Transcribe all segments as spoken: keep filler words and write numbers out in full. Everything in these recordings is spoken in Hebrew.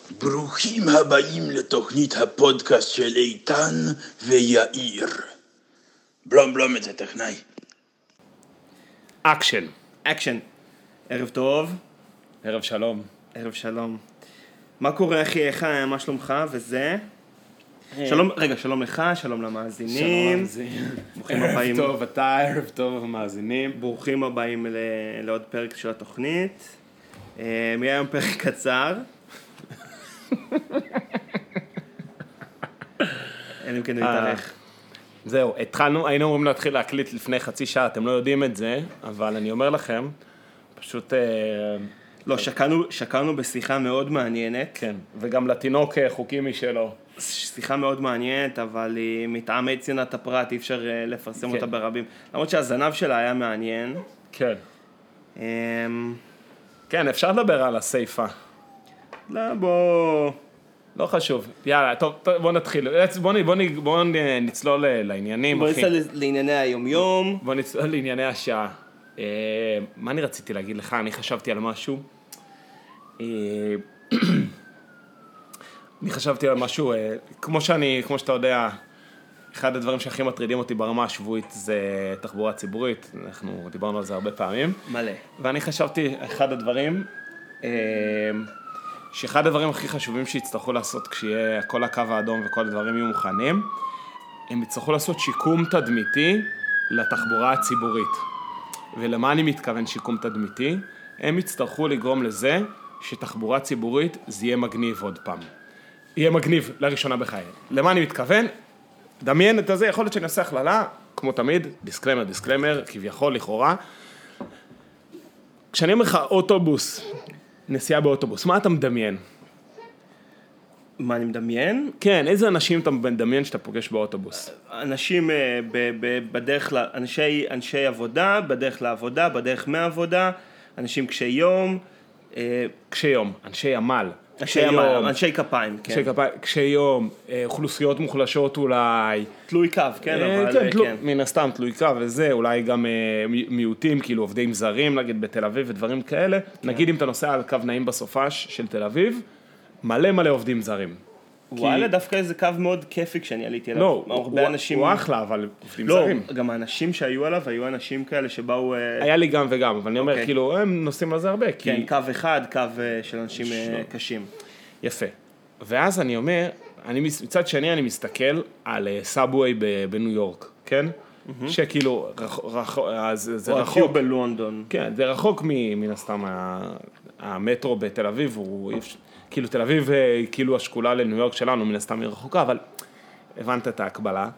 ברוכים הבאים לתוכנית הפודקאסט של איתן ויאיר. בלום בלום את זה טכנאי. אקשן. אקשן. ערב טוב. ערב שלום. ערב שלום. מה קורה אחי? איך, מה שלומך וזה? שלום, רגע, שלום לך, שלום למאזינים. שלום למאזינים. ברוכים ערב הבאים. טוב אתה, ערב טוב המאזינים. ברוכים הבאים ל- לעוד פרק של התוכנית. אה, יהיה היום פרק קצר. אין אם כן להתארך. זהו, התחלנו, היינו אמורים להתחיל להקליט לפני חצי שעה, אתם לא יודעים את זה, אבל אני אומר לכם, פשוט... אה, לא, שקענו, שקענו בשיחה מאוד מעניינת. כן, וגם לתינוק אה, חוקי משלו. שיחה מאוד מעניינת, אבל היא מטעמי צנעת הפרט, אי אפשר אה, לפרסם כן. אותה ברבים. למרות שהזנב שלה היה מעניין. כן. אמ, כן, אפשר לדבר על הסייפה. לא, בוא... לא חשוב. יאללה, טוב, טוב בוא נתחיל. בוא, בוא, בוא, בוא נצלול לעניינים, בוא אחי. נצא לענייני היומיום. בוא נצלול לענייני השעה. אה, מה אני רציתי להגיד לך? אני חשבתי על משהו. אה, אני חשבתי על משהו, אה, כמו שאני, כמו שאתה יודע, אחד הדברים שהכי מטרידים אותי ברמה השבועית זה תחבורה ציבורית. אנחנו דיברנו על זה הרבה פעמים. מלא. ואני חשבתי, אחד הדברים, אה, שאחד הדברים הכי חשובים שיצטרכו לעשות כשיהיה כל הקו האדום וכל הדברים יהיו מוכנים, הם יצטרכו לעשות שיקום תדמיתי לתחבורה הציבורית. ולמה אני מתכוון שיקום תדמיתי? הם יצטרכו לגרום לזה שתחבורה ציבורית זה יהיה מגניב עוד פעם. יהיה מגניב לראשונה בחיי. למה אני מתכוון? דמיין את זה, יכול להיות שאני עושה הכללה, כמו תמיד, דיסקלמר, דיסקלמר, כביכול, לכאורה. כשאני אומר לך אוטובוס, נסיעה באוטובוס, מה אתה מדמיין? מה אני מדמיין? כן, איזה אנשים אתה מדמיין שאתה פוגש באוטובוס? אנשים אה, ב- ב- בדרך, ל- אנשי, אנשי עבודה, בדרך לעבודה, בדרך מהעבודה, אנשים קשי יום, אה, קשי יום, אנשי עמל. אנשי יום, אנשי כפיים, כן. קשי כפיים, קשי יום, אה, אוכלוסיות מוחלשות אולי. תלוי קו, כן, אה, אבל כן, אה, תלו- כן. מן הסתם תלוי קו וזה, אולי גם אה, מי- מיעוטים, כאילו עובדים זרים, נגיד בתל אביב ודברים כאלה. נגיד אם אתה נוסע על קו נעים בסופש של תל אביב, מלא מלא עובדים זרים. וואלה, דווקא איזה קו מאוד כיפי כשאני עליתי אליו. לא, הרבה הוא- אנשים... הוא אחלה, אבל עובדים לא, זרים. גם האנשים שהיו עליו, היו אנשים כאלה שבאו... אה, היה לי גם וגם, אבל אני אומר, אוקיי. כאילו, הם נוסעים על זה הרבה, כי... כן, קו אחד, קו אה, של אנשים אה, שלום. קשים. יפה. ואז אני אומר, אני, מצד שני אני מסתכל על סאבווי בניו יורק, כן? שכאילו, רח, רח, אז זה או רחוק. הקיו בלונדון. כן, זה רחוק מ- מן הסתם, ה- המטרו בתל אביב, הוא, אי אפשר- כאילו תל אביב, אה, כאילו השקולה לניו יורק שלנו, מן הסתם היא רחוקה, אבל הבנת את ההקבלה.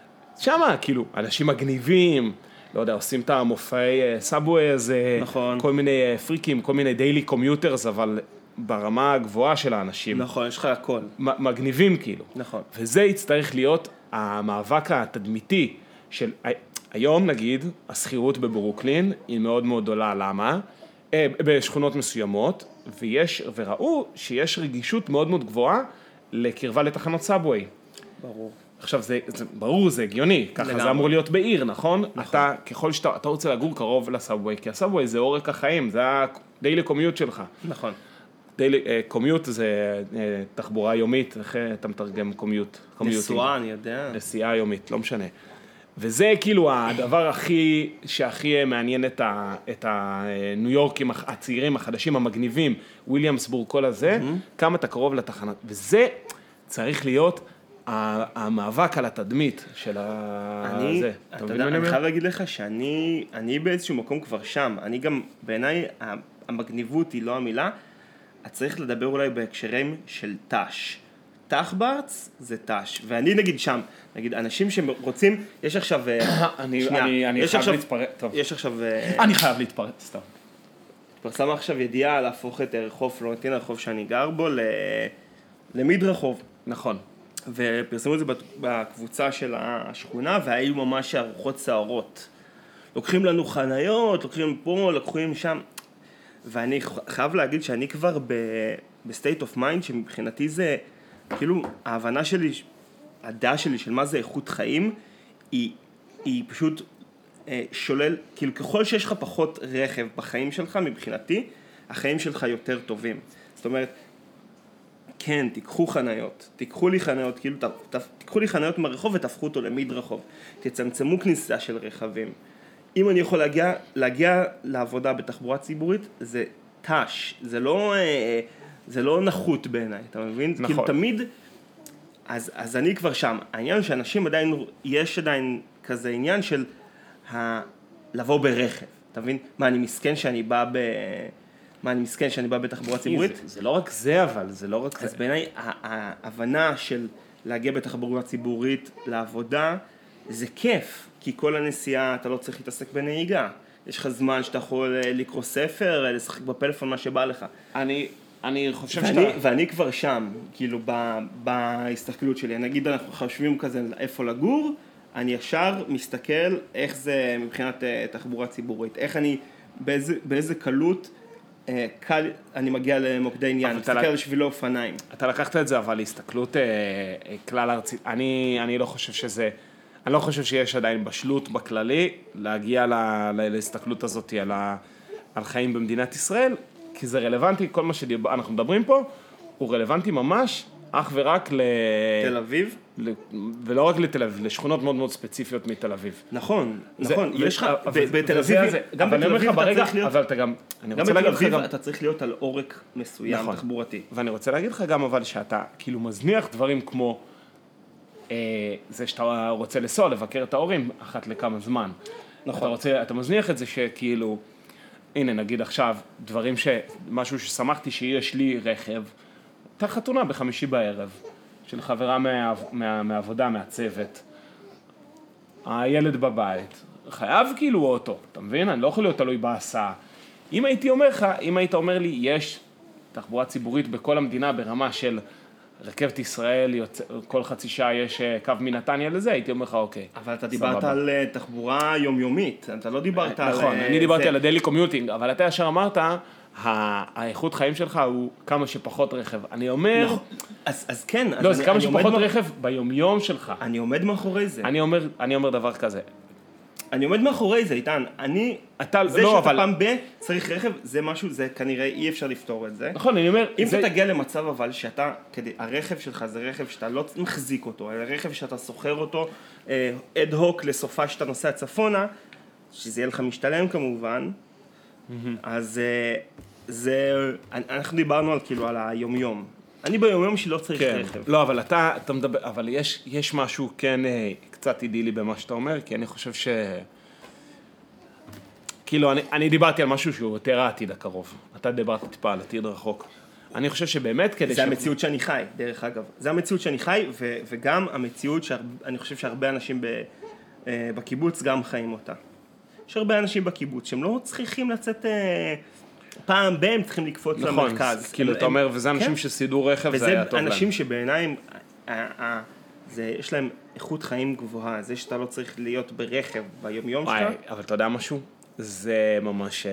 שמה, כאילו, אנשים מגניבים, לא יודע, עושים את המופעי סאבווי הזה, נכון. כל מיני אה, פריקים, כל מיני דיילי קומיוטרס, אבל ברמה הגבוהה של האנשים. נכון, יש לך הכל. מ- מגניבים כאילו. נכון. וזה יצטרך להיות המאבק התדמיתי של, היום נגיד, הסחירות בברוקלין היא מאוד מאוד גדולה, למה? אה, בשכונות מסוימות, ויש, וראו שיש רגישות מאוד מאוד גבוהה לקרבה לתחנות סאבווי. ברור. עכשיו זה, זה ברור, זה הגיוני, ככה לגמרי. זה אמור להיות בעיר, נכון? אתה, ככל שאתה, אתה רוצה לגור קרוב לסאבווי, כי הסאבווי זה עורק החיים, זה הדיילי קומיוט שלך. נכון. דיילי, קומיוט זה אה, תחבורה יומית, איך אה, אתה מתרגם קומיוט? קומיוטים. נשואה, אני יודע. נסיעה יומית, לא משנה. וזה כאילו הדבר הכי, שהכי מעניין את ה, את הניו יורקים הצעירים, החדשים, המגניבים, וויליאמסבורג, כל הזה, כמה אתה קרוב לתחנה. וזה צריך להיות המאבק על התדמית של אני, הזה. אתה מבין יודע, מה אני אומר? חייב להגיד לך שאני, אני באיזשהו מקום כבר שם. אני גם, בעיניי, המגניבות היא לא המילה. את צריך לדבר אולי בהקשרים של תש. תחברץ זה תש. ואני נגיד שם, נגיד, אנשים שרוצים, יש עכשיו... אני, שנייה, אני, אני יש חייב עכשיו- להתפרץ, טוב. יש עכשיו... אני חייב להתפרץ, סתם. פרסמה עכשיו ידיעה להפוך את רחוב פלורנטין, הרחוב שאני גר בו, ל- למדרחוב. נכון. ופרסמו את זה בקבוצה של השכונה, והיו ממש ארוחות סערות. לוקחים לנו חניות, לוקחים פה, לוקחים שם. ואני חייב להגיד שאני כבר בסטייט אוף מיינד, שמבחינתי זה, כאילו, ההבנה שלי, הדעה שלי של מה זה איכות חיים, היא, היא פשוט אה, שולל, כאילו, ככל שיש לך פחות רכב בחיים שלך, מבחינתי, החיים שלך יותר טובים. זאת אומרת, כן, תיקחו חניות, תיקחו לי חניות, כאילו, ת, ת, תיקחו לי חניות מהרחוב ותהפכו אותו למדרחוב, תצמצמו כניסה של רכבים. אם אני יכול להגיע, להגיע לעבודה בתחבורה ציבורית, זה תש, זה לא, זה לא נחות בעיניי, אתה מבין? נכון. כאילו תמיד, אז, אז אני כבר שם. העניין שאנשים עדיין, יש עדיין כזה עניין של ה, לבוא ברכב, אתה מבין? מה, אני מסכן שאני בא ב... מה, אני מסכן שאני בא בתחבורה ציבורית? זה, זה לא רק זה, אבל זה לא רק אז זה. בעיניי, ההבנה של להגיע בתחבורה ציבורית לעבודה, זה כיף, כי כל הנסיעה אתה לא צריך להתעסק בנהיגה. יש לך זמן שאתה יכול לקרוא ספר, לשחק בפלאפון, מה שבא לך. אני, אני חושב ואני, שאתה... ואני כבר שם, כאילו, ב, בהסתכלות שלי. נגיד, אנחנו חושבים כזה איפה לגור, אני ישר מסתכל איך זה מבחינת תחבורה ציבורית. איך אני, באיזה, באיזה קלות, קל, אני מגיע למוקדי עניין, מסתכל על שבילי אופניים. אתה לקחת את זה, אבל להסתכלות כלל ארצית. אני, אני לא חושב שזה... אני לא חושב שיש עדיין בשלות בכללי להגיע להסתכלות הזאת על, ה, על חיים במדינת ישראל, כי זה רלוונטי, כל מה שאנחנו מדברים פה, הוא רלוונטי ממש אך ורק ל... תל אביב? ל... ולא רק לתל אביב, לשכונות מאוד מאוד ספציפיות מתל אביב. נכון, זה, נכון, ו... יש לך, אבל, בתל אביב, גם בתל אביב אתה צריך להיות... אבל אתה גם... אני גם רוצה בתל להגיד לך אביב גם... אתה צריך להיות על עורק מסוים, נכון. תחבורתי. ואני רוצה להגיד לך גם אבל שאתה כאילו מזניח דברים כמו... זה שאתה רוצה לנסוע, לבקר את ההורים אחת לכמה זמן. נכון. אתה רוצה, אתה מזניח את זה שכאילו, הנה נגיד עכשיו, דברים ש... משהו ששמחתי שיש לי רכב, הייתה חתונה בחמישי בערב, של חברה מה, מה, מהעבודה, מהצוות. הילד בבית, חייב כאילו אוטו, אתה מבין? אני לא יכול להיות תלוי בהסעה. אם הייתי אומר לך, אם היית אומר לי, יש תחבורה ציבורית בכל המדינה ברמה של... רכבת ישראל, יוצא, כל חצי שעה יש קו מנתניה לזה, הייתי אומר לך, אוקיי. אבל אתה דיברת על תחבורה יומיומית, אתה לא דיברת על... נכון, אני דיברתי על הדיילי קומיוטינג, אבל אתה ישר אמרת, האיכות חיים שלך הוא כמה שפחות רכב. אני אומר... אז כן. לא, זה כמה שפחות רכב ביומיום שלך. אני עומד מאחורי זה. אני אומר דבר כזה. אני עומד מאחורי זה, איתן, אני, אתה, זה לא, שאתה אבל... פעם ב, צריך רכב, זה משהו, זה כנראה אי אפשר לפתור את זה. נכון, אני אומר... אם זה... אתה תגיע למצב אבל שאתה, כדי, הרכב שלך זה רכב שאתה לא מחזיק אותו, אלא רכב שאתה סוחר אותו, אד הוק לסופה שאתה נוסע צפונה, שזה יהיה לך משתלם כמובן, mm-hmm. אז זה, אנחנו דיברנו על כאילו על היומיום. אני ביומיום שלא צריך כן. רכב. לא, אבל אתה, אתה מדבר, אבל יש, יש משהו כן קצת אידילי במה שאתה אומר, כי אני חושב ש... כאילו, אני, אני דיברתי על משהו שהוא יותר העתיד הקרוב. אתה דיברת טיפה על עתיד רחוק. אני חושב שבאמת כדי... זה ש... המציאות שאני חי, דרך אגב. זה המציאות שאני חי, ו, וגם המציאות שאני חושב שהרבה אנשים ב, בקיבוץ גם חיים אותה. יש הרבה אנשים בקיבוץ שהם לא צריכים לצאת... פעם בהם צריכים לקפוץ נכון, למרכז. נכון, כאילו הם, אתה אומר, וזה אנשים כן? שסידרו רכב, זה היה טוב להם. וזה אנשים שבעיניים, זה, יש להם איכות חיים גבוהה, זה שאתה לא צריך להיות ברכב ביומיום שלך. אבל אתה יודע משהו? זה ממש,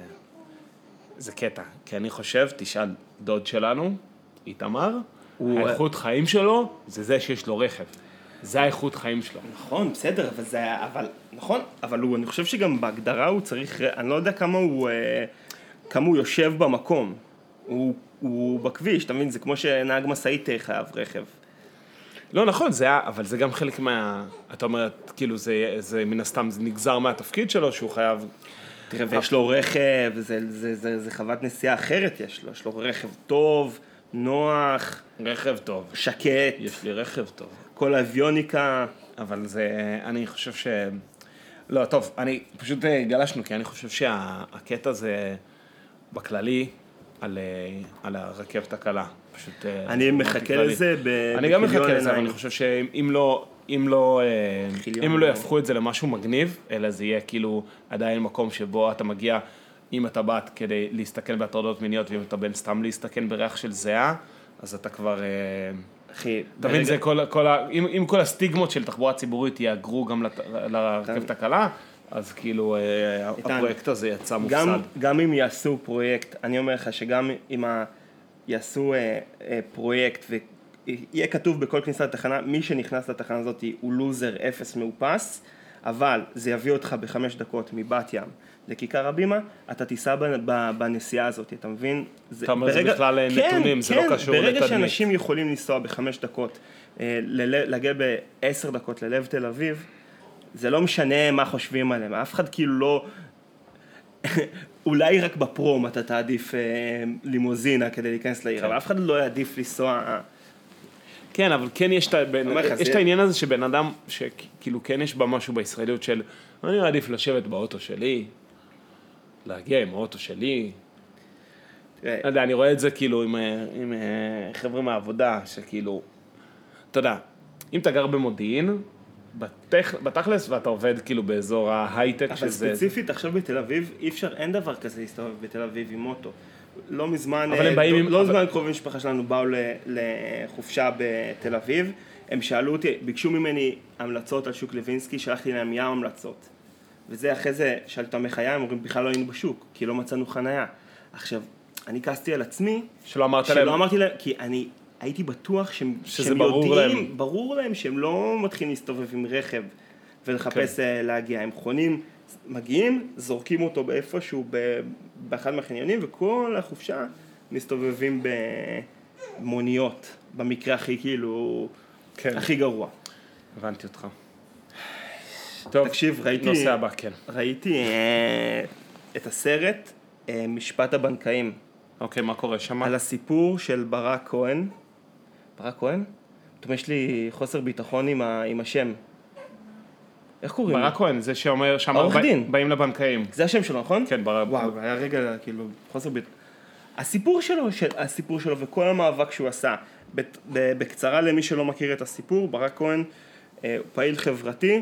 זה קטע, כי אני חושב, תשאל דוד שלנו, איתמר, האיכות חיים שלו, זה זה שיש לו רכב. זה האיכות חיים שלו. נכון, בסדר, אבל זה, אבל, נכון, אבל הוא, אני חושב שגם בהגדרה הוא צריך, אני לא יודע כמה הוא, כמה הוא יושב במקום. הוא, הוא בכביש, אתה מבין? זה כמו שנהג משאית חייב רכב. לא, נכון, זה היה, אבל זה גם חלק מה... אתה אומר, כאילו, זה, זה מן הסתם, זה נגזר מהתפקיד שלו, שהוא חייב... תראה, ויש לו רכב, זה, זה, זה, זה חוות נסיעה אחרת יש לו. יש לו רכב טוב, נוח. רכב טוב. שקט. יש לי רכב טוב. כל האביוניקה. אבל זה, אני חושב ש... לא, טוב, אני פשוט גלשנו, כי אני חושב שהקטע זה בכללי על, על הרכבת הקלה. פשוט... אני מחכה לזה בכיליון עיניים. אני גם מחכה לזה, אבל אני חושב שאם לא... אם לא, אם לא יהפכו את זה למשהו מגניב, אלא זה יהיה כאילו עדיין מקום שבו אתה מגיע, אם אתה באת כדי להסתכן בהטרדות מיניות, ואם אתה בן סתם להסתכן בריח של זהה, אז אתה כבר... אחי, תבין, זה כל, כל ה... אם, אם כל הסטיגמות של תחבורה ציבורית יאגרו גם לת... לרכבת הקלה, אז כאילו הפרויקט הזה יצא מופסד. גם, גם אם יעשו פרויקט, אני אומר לך שגם אם ה... יעשו אה, אה, פרויקט ויהיה כתוב בכל כניסה לתחנה, מי שנכנס לתחנה הזאת הוא לוזר אפס מאופס, אבל זה יביא אותך בחמש דקות מבת ים, לכיכר הבימה, אתה תיסע בנסיעה הזאת, אתה מבין? אתה אומר, זה בכלל נתונים, זה לא קשור לתדמית. ברגע שאנשים יכולים לנסוע בחמש דקות, להגיע בעשר דקות ללב תל אביב, זה לא משנה מה חושבים עליהם, אף אחד כאילו לא... אולי רק בפרום אתה תעדיף לימוזינה כדי להיכנס לעיר, אבל אף אחד לא יעדיף לנסוע... כן, אבל כן יש את העניין הזה שבן אדם, שכאילו כן יש בה משהו בישראליות של, אני מעדיף לשבת באוטו שלי, להגיע עם האוטו שלי. אני רואה את זה כאילו עם חבר'ה מהעבודה, שכאילו, אתה יודע, אם אתה גר במודיעין, בתכלס ואתה עובד כאילו באזור ההייטק שזה... אבל ספציפית עכשיו בתל אביב, אי אפשר, אין דבר כזה להסתובב בתל אביב עם אוטו. לא מזמן, לא זמן קרובים משפחה שלנו באו לחופשה בתל אביב, הם שאלו אותי, ביקשו ממני המלצות על שוק לוינסקי, שלחתי להם ים המלצות. וזה אחרי זה, שאלתי אותם איך היה, הם אומרים, בכלל לא היינו בשוק, כי לא מצאנו חנייה. עכשיו, אני כעסתי על עצמי, שלא אמרת להם, שלא אמרתי להם, כי אני הייתי בטוח שהם, שהם יודעים, ברור להם שהם לא מתחילים להסתובב עם רכב ולחפש להגיע, הם חונים, מגיעים, זורקים אותו באיפשהו באחד מהחניונים, וכל החופשה מסתובבים במוניות, במקרה הכי כאילו, הכי גרוע. הבנתי אותך. טוב, תקשיב, ראיתי, נושא הבא, כן. ראיתי את הסרט משפט הבנקאים. אוקיי, מה קורה שם? על הסיפור של ברק כהן. ברק כהן? פתאום יש לי חוסר ביטחון עם, ה, עם השם. איך קוראים? ברק כהן, זה שאומר, שאמר באים לבנקאים. זה השם שלו, נכון? כן, ברק. וואו, היה רגע, כאילו, חוסר ביטחון. הסיפור שלו, הסיפור שלו וכל המאבק שהוא עשה, בקצרה למי שלא מכיר את הסיפור, ברק כהן הוא פעיל חברתי,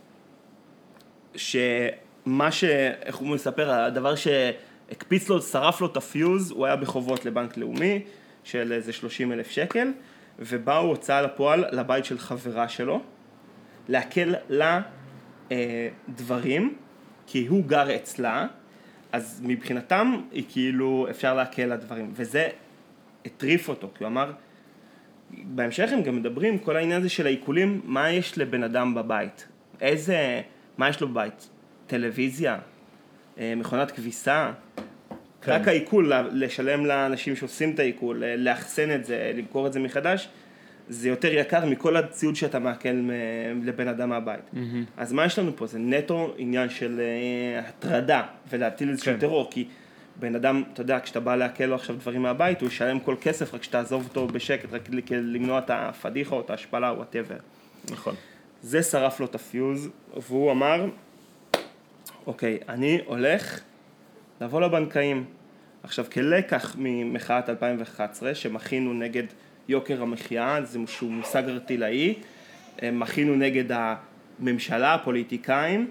שמה ש... איך הוא מספר, הדבר שהקפיץ לו, שרף לו את הפיוז, הוא היה בחובות לבנק לאומי, של איזה שלושים אלף שקל, ובאו הוצאה לפועל לבית של חברה שלו, להקל לה אה, דברים, כי הוא גר אצלה, אז מבחינתם היא כאילו אפשר להקל לדברים, וזה הטריף אותו, כי הוא אמר, בהמשך הם גם מדברים, כל העניין הזה של העיקולים, מה יש לבן אדם בבית? איזה, מה יש לו בבית? טלוויזיה? אה, מכונת כביסה? כן. רק העיכול, לשלם לאנשים שעושים את העיכול, לאחסן את זה, למכור את זה מחדש, זה יותר יקר מכל הציוד שאתה מעכל לבן אדם מהבית. Mm-hmm. אז מה יש לנו פה? זה נטו עניין של uh, הטרדה ולהטיל איזשהו כן. טרור, כי בן אדם, אתה יודע, כשאתה בא להקל לו עכשיו דברים מהבית, הוא ישלם כל כסף, רק שתעזוב אותו בשקט, רק למנוע את הפדיחה או את ההשפלה או whatever. נכון. זה שרף לו את הפיוז, והוא אמר, אוקיי, אני הולך לבוא לבנקאים. עכשיו, כלקח ממחאת אלפיים ואחת עשרה, שמכינו נגד יוקר המחיה, זה שהוא מושג ארטילאי, מכינו נגד הממשלה, הפוליטיקאים,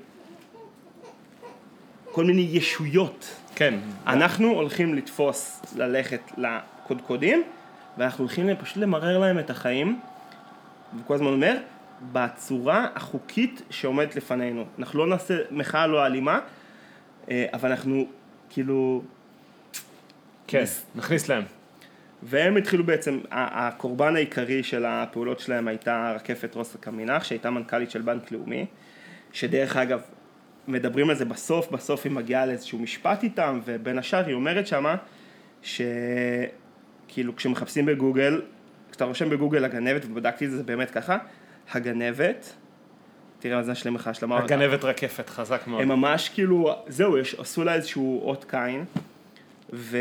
כל מיני ישויות. כן. אנחנו הולכים לתפוס, ללכת לקודקודים, ואנחנו הולכים פשוט למרר להם את החיים, וכל הזמן אומר, בצורה החוקית שעומדת לפנינו. אנחנו לא נעשה מחאה לא אלימה, אבל אנחנו כאילו... כן, נכניס להם. והם התחילו בעצם, הקורבן העיקרי של הפעולות שלהם הייתה רקפת רוסה קמינח, שהייתה מנכ"לית של בנק לאומי, שדרך אגב, מדברים על זה בסוף, בסוף היא מגיעה לאיזשהו משפט איתם, ובין השאר היא אומרת שמה, שכאילו כשמחפשים בגוגל, כשאתה רושם בגוגל הגנבת, ובדקתי את זה, זה באמת ככה, הגנבת, תראה מה זה השלם לך, השלמה... הגנבת רקפת, חזק מאוד. הם ממש כאילו, זהו, יש, עשו לה איזשהו אות קין, ו...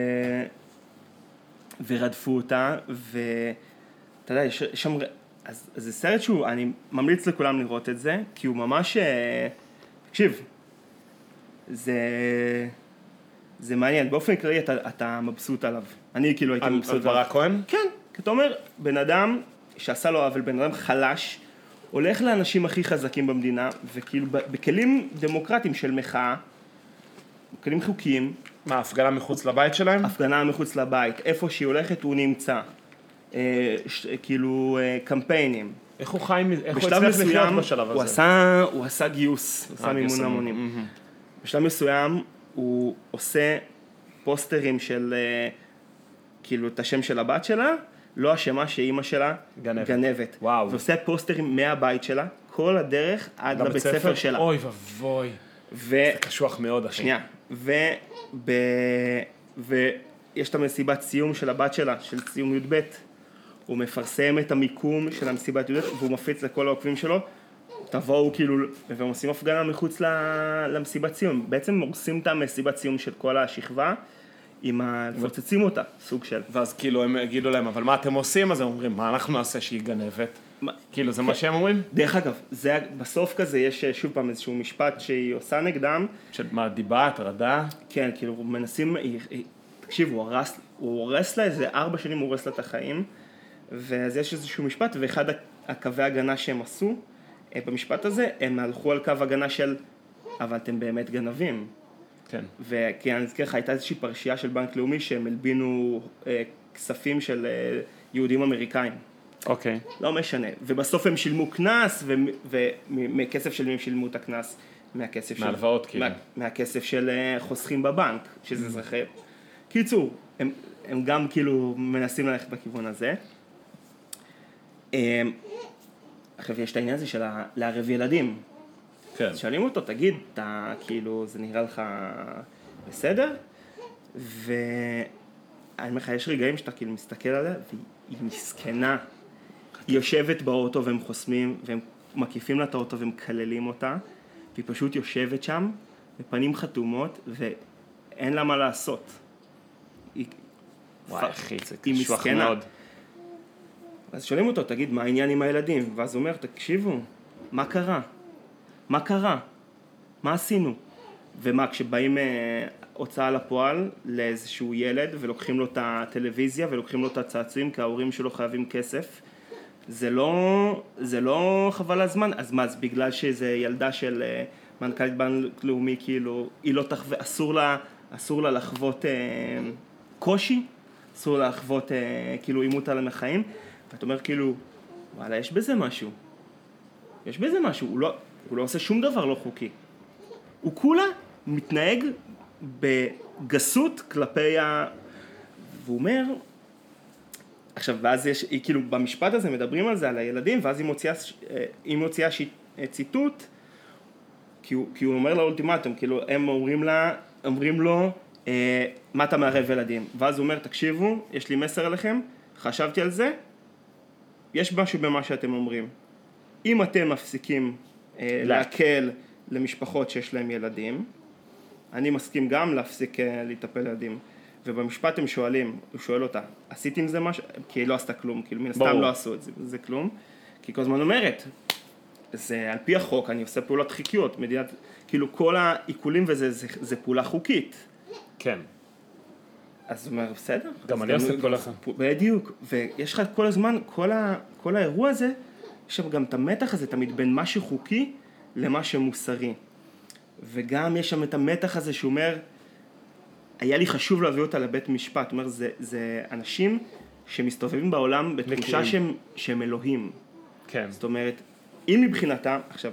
ורדפו אותה, ואתה יודע, יש שם, אז, אז זה סרט שהוא, אני ממליץ לכולם לראות את זה, כי הוא ממש, תקשיב, זה, זה מעניין, באופן כללי אתה, אתה מבסוט עליו, אני כאילו הייתי מבסוט עליו. על ברק כהן? כן, כי אתה אומר, בן אדם שעשה לו עוול, בן אדם חלש, הולך לאנשים הכי חזקים במדינה, וכאילו בכלים דמוקרטיים של מחאה, בכלים חוקיים, מה, הפגנה מחוץ לבית שלהם? הפגנה מחוץ לבית, איפה שהיא הולכת הוא נמצא, אה, ש, כאילו אה, קמפיינים. איך הוא חי, איך הוא הצליח לחיות בשלב הזה? הוא עשה, הוא עשה גיוס, הוא עשה מימון המונים. Mm-hmm. בשלב מסוים הוא עושה פוסטרים של, אה, כאילו את השם של הבת שלה, לא השמה שאימא שלה גנבת. גנבת. וואו. ועושה פוסטרים מהבית שלה, כל הדרך עד לבית ספר, ספר שלה. אוי ובוי. ו... זה קשוח מאוד, אחי. שנייה. וב... ויש את המסיבת סיום של הבת שלה, של סיום י' ב', הוא מפרסם את המיקום של המסיבת י' ב', והוא מפיץ לכל העוקבים שלו, תבואו כאילו, והם עושים הפגנה מחוץ למסיבת סיום. בעצם עושים את המסיבת סיום של כל השכבה, עם ה... מפוצצים אותה, סוג של. ואז כאילו הם יגידו להם, אבל מה אתם עושים? אז הם אומרים, מה אנחנו נעשה שהיא גנבת? כאילו, זה מה שהם אומרים? דרך אגב, זה, בסוף כזה יש שוב פעם איזשהו משפט שהיא עושה נגדם. של מה, דיבה, הטרדה? כן, כאילו, מנסים, תקשיב, הוא הרס, הוא הורס לה איזה ארבע שנים, הוא הורס לה את החיים, ואז יש איזשהו משפט, ואחד הקווי הגנה שהם עשו, במשפט הזה, הם הלכו על קו הגנה של, אבל אתם באמת גנבים. כן. וכי אני אזכיר לך, הייתה איזושהי פרשייה של בנק לאומי, שהם הלבינו אה, כספים של אה, יהודים אמריקאים. אוקיי. לא משנה. ובסוף הם שילמו כנס, ומכסף של מי הם שילמו את הכנס? מהכסף של... מהלוואות, כאילו. מה, מהכסף של אה, חוסכים בבנק, שזה אזרחי... קיצור, הם, הם גם כאילו מנסים ללכת בכיוון הזה. אה, עכשיו, יש את העניין הזה של לערב ילדים. כן. שואלים אותו, תגיד, אתה כאילו, זה נראה לך בסדר? ואני אומר לך, יש רגעים שאתה כאילו מסתכל עליה, והיא מסכנה. היא יושבת באוטו והם חוסמים, והם מקיפים לה את האוטו והם כללים אותה, והיא פשוט יושבת שם, בפנים חתומות, ואין לה מה לעשות. היא... וואי, אחי, זה היא קשוח מסכנה. מאוד. אז שואלים אותו, תגיד, מה העניין עם הילדים? ואז הוא אומר, תקשיבו, מה קרה? מה קרה? מה עשינו? ומה, כשבאים אה, הוצאה לפועל לאיזשהו ילד ולוקחים לו את הטלוויזיה ולוקחים לו את הצעצועים כי ההורים שלו חייבים כסף, זה לא, זה לא חבל הזמן. אז מה, אז בגלל שזה ילדה של אה, מנכ"לית בנק לאומי, כאילו, היא לא תחווה, אסור לה, אסור לה לחוות אה, קושי, אסור לה לחוות אה, כאילו אימות על המחיים, ואתה אומר כאילו, וואלה, יש בזה משהו. יש בזה משהו, הוא לא... הוא לא עושה שום דבר לא חוקי. הוא כולה מתנהג בגסות כלפי ה... והוא אומר... עכשיו, ואז יש, היא כאילו, במשפט הזה מדברים על זה, על הילדים, ואז היא מוציאה, היא מוציאה ש... ציטוט, כי הוא, כי הוא אומר לה אולטימטום, כאילו, הם אומרים לה, אומרים לו, אה, מה אתה מערב ילדים? ואז הוא אומר, תקשיבו, יש לי מסר אליכם, חשבתי על זה, יש משהו במה שאתם אומרים. אם אתם מפסיקים להקל למשפחות שיש להם ילדים, אני מסכים גם להפסיק לטפל ילדים. ובמשפט הם שואלים, הוא שואל אותה, עשית עם זה משהו? כי היא לא עשתה כלום, כאילו מן הסתם לא עשו את זה, זה כלום. כי כל הזמן אומרת, זה על פי החוק, אני עושה פעולות חוקיות, מדינת, כאילו כל העיקולים וזה, זה, זה פעולה חוקית. כן. אז הוא אומר, בסדר. גם אני עושה כל אחד. בדיוק, ויש לך כל הזמן, כל, ה, כל האירוע הזה, יש שם גם את המתח הזה תמיד בין מה שחוקי למה שמוסרי. וגם יש שם את המתח הזה שאומר, היה לי חשוב להביא אותה לבית משפט. זאת אומרת, זה, זה אנשים שמסתובבים בעולם בתחושה שהם, שהם אלוהים. כן. זאת אומרת, היא מבחינתה, עכשיו,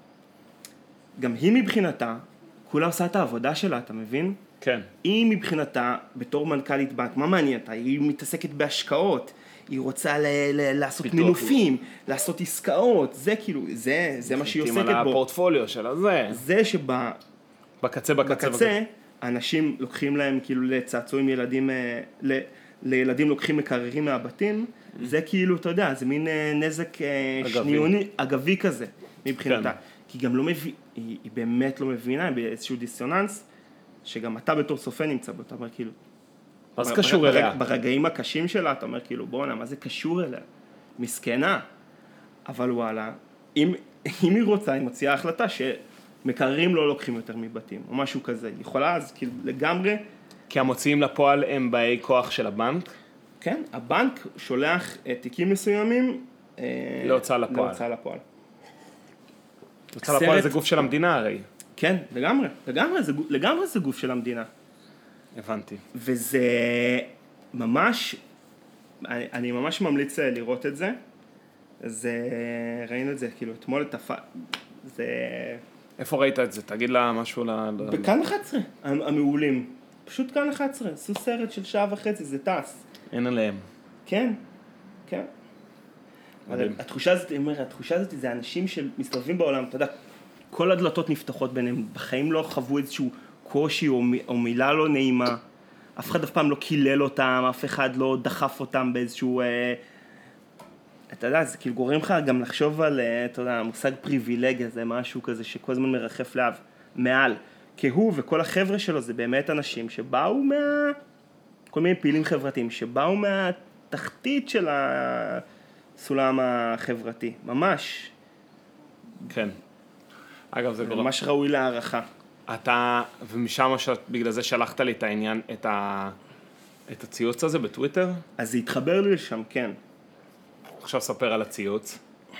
גם היא מבחינתה, כולה עושה את העבודה שלה, אתה מבין? כן. היא מבחינתה, בתור מנכ"לית בנק, מה מעניין אותה? היא מתעסקת בהשקעות. היא רוצה ל- ל- לעשות מינופים, לעשות עסקאות, זה כאילו, זה, זה מה שהיא עוסקת בו. על הפורטפוליו שלה, זה. זה שבקצה, בקצה, בקצה, בקצה, אנשים לוקחים להם כאילו לצעצועים ילדים, ל, לילדים לוקחים מקררים מהבתים, זה כאילו, אתה יודע, זה מין נזק שניוני, אגבי כזה, מבחינתה. כי גם לא מבין, היא, היא באמת לא מבינה, באיזשהו דיסוננס, שגם אתה בתור סופן נמצא בו, אתה אומר כאילו, מה זה קשור אליה? ברגעים הקשים שלה, אתה אומר כאילו, בוא'נה, מה זה קשור אליה? מסכנה. אבל וואלה, אם, אם היא רוצה, היא מציעה החלטה שמקררים לא לוקחים יותר מבתים, או משהו כזה. היא יכולה אז כאילו לגמרי... כי המוציאים לפועל הם באי כוח של הבנק? כן, הבנק שולח תיקים מסוימים... להוצאה לפועל. להוצאה לפועל. להוצאה לפועל זה גוף של המדינה הרי. כן, לגמרי. לגמרי זה, לגמרי זה גוף של המדינה. הבנתי. וזה ממש, אני, אני ממש ממליץ לראות את זה. זה, ראינו את זה, כאילו, אתמול את הפ... זה... איפה ראית את זה? תגיד לה משהו ל... בכאן אחת עשרה, המעולים. פשוט כאן אחת עשרה, עשו סרט של שעה וחצי, זה טס. אין עליהם. כן, כן. אבל התחושה הזאת, אני אומר, התחושה הזאת זה אנשים שמסתובבים בעולם, אתה יודע, כל הדלתות נפתחות ביניהם, בחיים לא חוו איזשהו קושי או, או מילה לא נעימה, אף אחד אף פעם לא קילל אותם, אף אחד לא דחף אותם באיזשהו, אה, אתה יודע, זה כאילו גורם לך גם לחשוב על, אה, אתה יודע, מושג פריבילגיה, זה משהו כזה שכל הזמן מרחף לאב, מעל, כי הוא וכל החבר'ה שלו זה באמת אנשים שבאו מה, כל מיני פעילים חברתיים, שבאו מהתחתית של הסולם החברתי, ממש. כן. אגב, זה גורם. ממש ראוי להערכה. אתה, ומשם בגלל זה שלחת לי את העניין, את, ה, את הציוץ הזה בטוויטר? אז זה התחבר לי לשם, כן. עכשיו ספר על הציוץ.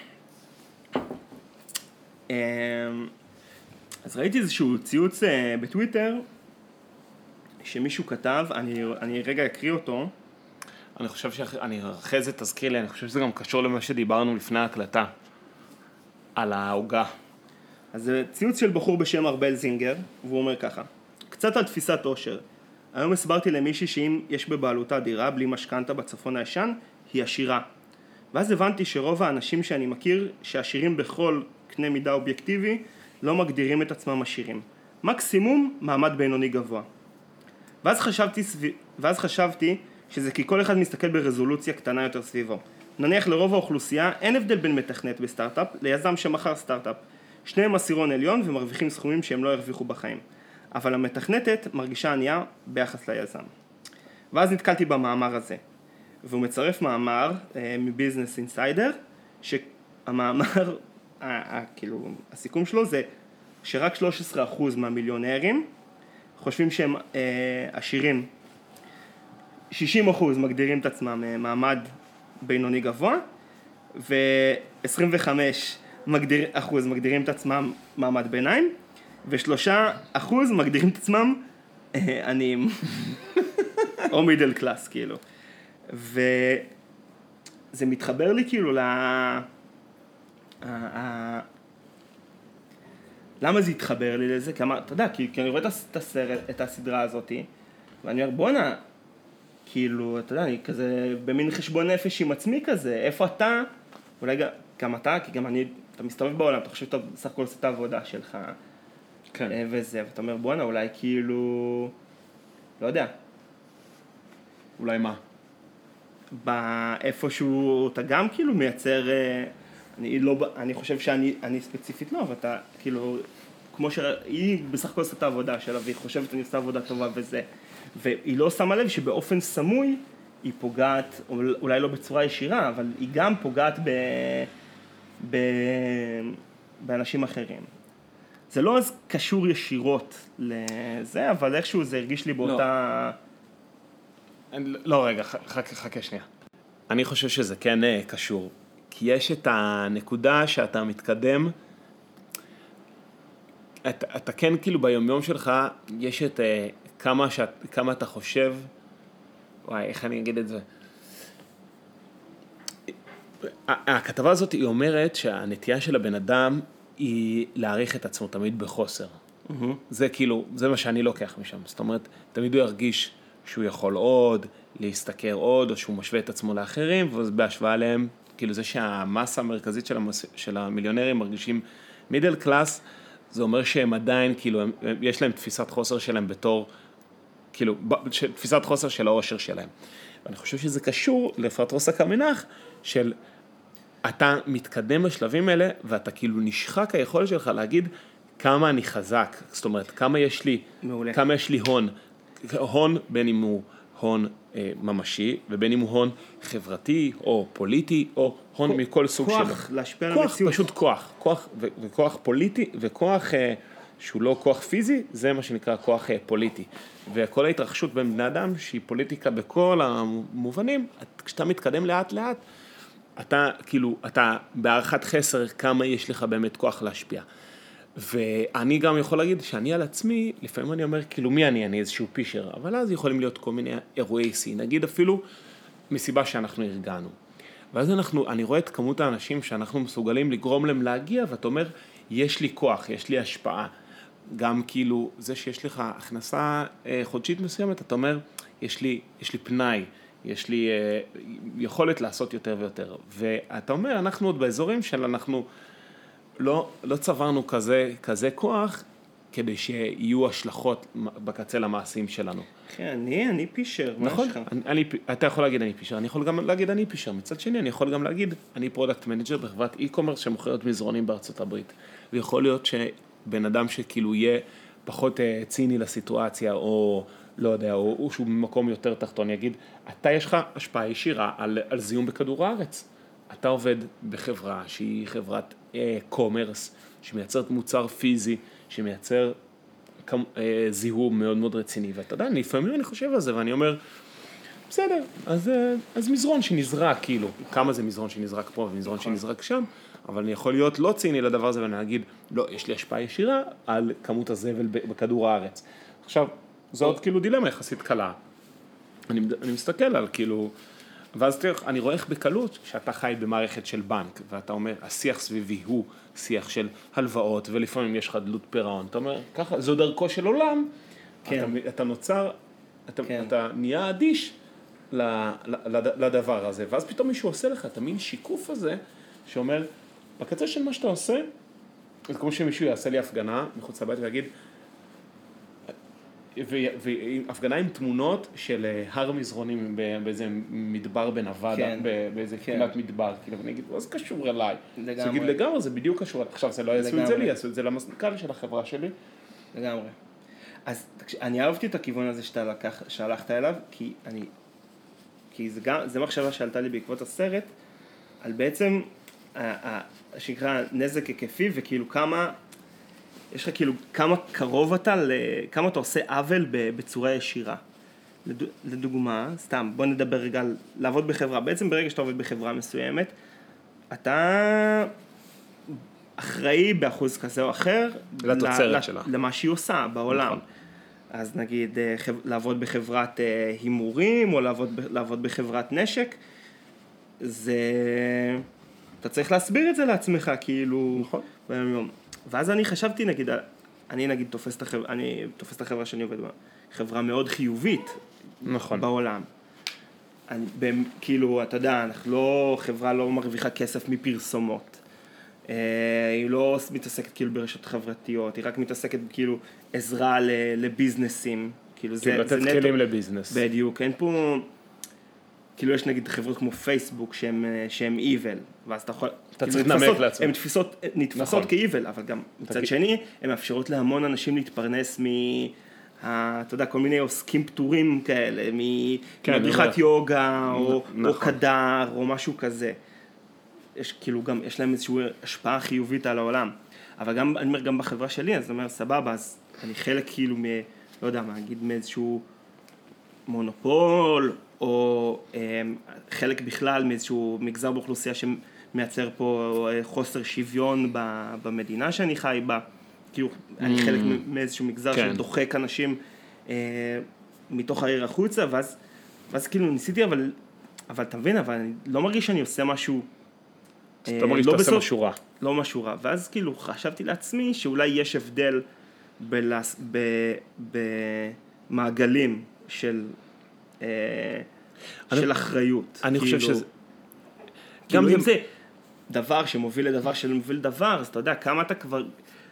אז ראיתי איזשהו ציוץ בטוויטר, שמישהו כתב, אני, אני רגע אקריא אותו. אני חושב שאני אחרי זה תזכיר לי, אני חושב שזה גם קשור למה שדיברנו לפני ההקלטה, על ההוגה. אז זה ציוץ של בחור בשם ארבל זינגר, והוא אומר ככה, קצת על תפיסת עושר. היום הסברתי למישהי שאם יש בבעלותה דירה בלי משכנתה בצפון הישן, היא עשירה. ואז הבנתי שרוב האנשים שאני מכיר, שעשירים בכל קנה מידה אובייקטיבי, לא מגדירים את עצמם עשירים. מקסימום מעמד בינוני גבוה. ואז חשבתי, ואז חשבתי שזה כי כל אחד מסתכל ברזולוציה קטנה יותר סביבו. נניח לרוב האוכלוסייה אין הבדל בין מתכנת בסטארט-אפ ליזם שמחר סטארט-אפ. שניהם עשירון עליון ומרוויחים סכומים שהם לא הרוויחו בחיים. אבל המתכנתת מרגישה ענייה ביחס ליזם. ואז נתקלתי במאמר הזה. והוא מצרף מאמר מביזנס אינסיידר, שהמאמר, כאילו, הסיכום שלו זה שרק שלושה עשר אחוז מהמיליונרים חושבים שהם עשירים. שישים אחוז מגדירים את עצמם מעמד בינוני גבוה, ו-עשרים וחמישה אחוז מגדירים את עצמם מעמד ביניים, ושלושה אחוז מגדירים את עצמם עניים, או מידל קלאס, כאילו. וזה מתחבר לי כאילו ל... למה זה התחבר לי לזה? כי אתה יודע, כי אני רואה את הסרט, את הסדרה הזאת, ואני אומר, בוא'נה, כאילו, אתה יודע, אני כזה במין חשבון נפש עם עצמי כזה, איפה אתה? אולי גם אתה, כי גם אני, אתה מסתובב בעולם, אתה חושב שאתה בסך הכל עושה את העבודה שלך, כן. וזה, ואתה אומר, בוא'נה, אולי כאילו, לא יודע. אולי מה? באיפשהו אתה גם כאילו מייצר, אני לא, אני חושב שאני, אני ספציפית לא, אבל אתה כאילו, כמו שהיא בסך הכל עושה את העבודה שלה, והיא חושבת אני עושה עבודה טובה וזה, והיא לא שמה לב שבאופן סמוי היא פוגעת, אולי לא בצורה ישירה, אבל היא גם פוגעת ב, ב, באנשים אחרים. זה לא אז קשור ישירות לזה, אבל איכשהו זה הרגיש לי באותה... לא, לא רגע, חכה, חכה שנייה. אני חושב שזה כן קשור, כי יש את הנקודה שאתה מתקדם, אתה, אתה כן כאילו ביומיום שלך, יש את כמה, שאת, כמה אתה חושב, וואי, איך אני אגיד את זה? הכתבה הזאת היא אומרת שהנטייה של הבן אדם היא להעריך את עצמו תמיד בחוסר. Mm-hmm. זה כאילו, זה מה שאני לוקח משם. זאת אומרת, תמיד הוא ירגיש שהוא יכול עוד, להסתכר עוד, או שהוא משווה את עצמו לאחרים, ובהשוואה עליהם, כאילו זה שהמסה המרכזית של, המס... של המיליונרים מרגישים מידל קלאס, זה אומר שהם עדיין, כאילו, הם, יש להם תפיסת חוסר שלהם בתור, כאילו, תפיסת חוסר של העושר שלהם. ואני חושב שזה קשור לפטרוס הקמינח, של אתה מתקדם בשלבים האלה, ואתה כאילו נשחק היכולת שלך להגיד כמה אני חזק, זאת אומרת, כמה יש לי, מעולה. כמה יש לי הון, הון בין אם הוא הון אה, ממשי, ובין אם הוא הון חברתי או פוליטי, או הון כוח, מכל סוג שלו. כוח, להשפיע על כוח, המציאות. פשוט כוח, כוח ו- וכוח פוליטי, וכוח אה, שהוא לא כוח פיזי, זה מה שנקרא כוח אה, פוליטי. וכל ההתרחשות בין בני אדם, שהיא פוליטיקה בכל המובנים, כשאתה מתקדם לאט לאט, אתה כאילו, אתה בהערכת חסר כמה יש לך באמת כוח להשפיע. ואני גם יכול להגיד שאני על עצמי, לפעמים אני אומר, כאילו מי אני? אני איזשהו פישר, אבל אז יכולים להיות כל מיני אירועי סי, נגיד אפילו מסיבה שאנחנו ארגנו. ואז אנחנו, אני רואה את כמות האנשים שאנחנו מסוגלים לגרום להם להגיע, ואתה אומר, יש לי כוח, יש לי השפעה. גם כאילו, זה שיש לך הכנסה אה, חודשית מסוימת, אתה אומר, יש לי, יש לי פנאי, יש לי אה, יכולת לעשות יותר ויותר. ואתה אומר, אנחנו עוד באזורים של אנחנו, לא, לא צברנו כזה, כזה כוח, כדי שיהיו השלכות בקצה למעשים שלנו. אחי, אני, אני פישר, נכון, מה יש לך? אני, אני, אתה יכול להגיד אני פישר, אני יכול גם להגיד אני פישר, מצד שני אני יכול גם להגיד אני פרודקט מנג'ר בחברת אי-קומרס שמוכרת מזרונים בארצות הברית, ויכול להיות שבן אדם שכאילו יהיה פחות uh, ציני לסיטואציה, או לא יודע, או, או שהוא במקום יותר תחתון, יגיד, אתה יש לך השפעה ישירה על, על זיהום בכדור הארץ, אתה עובד בחברה שהיא חברת uh, קומרס, שמייצרת מוצר פיזי, שמייצר זיהום מאוד מאוד רציני, ואתה יודע, לפעמים אני חושב על זה, ואני אומר, בסדר, אז, אז מזרון שנזרק, כאילו, כמה זה מזרון שנזרק פה ומזרון שנזרק שם, אבל אני יכול להיות לא ציני לדבר הזה, ואני אגיד, לא, יש לי השפעה ישירה על כמות הזבל בכדור הארץ. עכשיו, זו עוד כאילו דילמה יחסית קלה. אני, אני מסתכל על כאילו, ואז תראה, אני רואה איך בקלות, שאתה חי במערכת של בנק, ואתה אומר, השיח סביבי הוא שיח של הלוואות, ולפעמים יש חדלות פירעון. אתה אומר, ככה, זו דרכו של עולם, כן. אתה, אתה נוצר, אתה, כן. אתה נהיה אדיש לדבר הזה, ואז פתאום מישהו עושה לך את המין שיקוף הזה, שאומר, בקצה של מה שאתה עושה, זה כמו שמישהו יעשה לי הפגנה מחוץ לבית ויגיד, והפגנה עם תמונות של הר מזרונים באיזה מדבר בנבדה, כן. באיזה כן. קהילת מדבר, כאילו, ואני אגיד, זה קשור אליי. לגמרי. תגיד, לגמרי, זה בדיוק קשור. עכשיו, זה לא יעשו את זה לי, יעשו את זה למסנכ"ל של החברה שלי. לגמרי. אז אני אהבתי את הכיוון הזה שאתה לקח, שהלכת אליו, כי אני, כי זה גם, זה מחשבה שעלתה לי בעקבות הסרט, על בעצם, שנקרא נזק היקפי, וכאילו כמה, יש לך כאילו כמה קרוב אתה, כמה אתה עושה עוול בצורה ישירה. לדוגמה, סתם, בוא נדבר רגע על לעבוד בחברה. בעצם ברגע שאתה עובד בחברה מסוימת, אתה אחראי באחוז כזה או אחר, לתוצרת שלה. למה שהיא עושה בעולם. נכון. אז נגיד, לעבוד בחברת הימורים, או לעבוד, לעבוד בחברת נשק, זה, אתה צריך להסביר את זה לעצמך, כאילו, נכון. ביום. ואז אני חשבתי, נגיד, אני נגיד תופס את החברה, אני תופס את החברה שאני עובד בה, חברה מאוד חיובית, נכון. בעולם. אני, כאילו, אתה יודע, אנחנו לא, חברה לא מרוויחה כסף מפרסומות. היא לא מתעסקת כאילו ברשת חברתיות, היא רק מתעסקת כאילו עזרה לביזנסים. כאילו זה, לתת זה כלים נטו, לביזנס. בדיוק, אין פה, כאילו יש נגיד חברות כמו פייסבוק שהם, שהם evil, ואז אתה יכול, אתה כאילו צריך לנמק לעצמם. הן תפיסות, נתפסות נכון. כ-evil, אבל גם מצד שני, הן מאפשרות להמון אנשים להתפרנס מ... אתה יודע, כל מיני עוסקים פטורים כאלה, ממדריכת יוגה, או, נכון. או קדר, או משהו כזה. יש כאילו גם, יש להם איזושהי השפעה חיובית על העולם. אבל גם, אני אומר, גם בחברה שלי, אז אני אומר, סבבה, אז אני חלק כאילו מ... לא יודע מה, נגיד מאיזשהו מונופול, או אה, חלק בכלל מאיזשהו מגזר באוכלוסייה שמייצר פה חוסר שוויון במדינה שאני חי בה. כאילו, אני חלק מאיזשהו מגזר כן. שדוחק אנשים אה, מתוך העיר החוצה, ואז, ואז כאילו ניסיתי, אבל, אבל אתה מבין, אבל אני לא מרגיש שאני עושה משהו... אתה אה, מרגיש לא שאתה עושה משהו רע. לא משהו רע, ואז כאילו חשבתי לעצמי שאולי יש הבדל בלס, ב, במעגלים של, אה, אני, של אחריות. אני כאילו, חושב שזה... כאילו אם זה דבר שמוביל לדבר שמוביל לדבר, אז אתה יודע, כמה אתה כבר...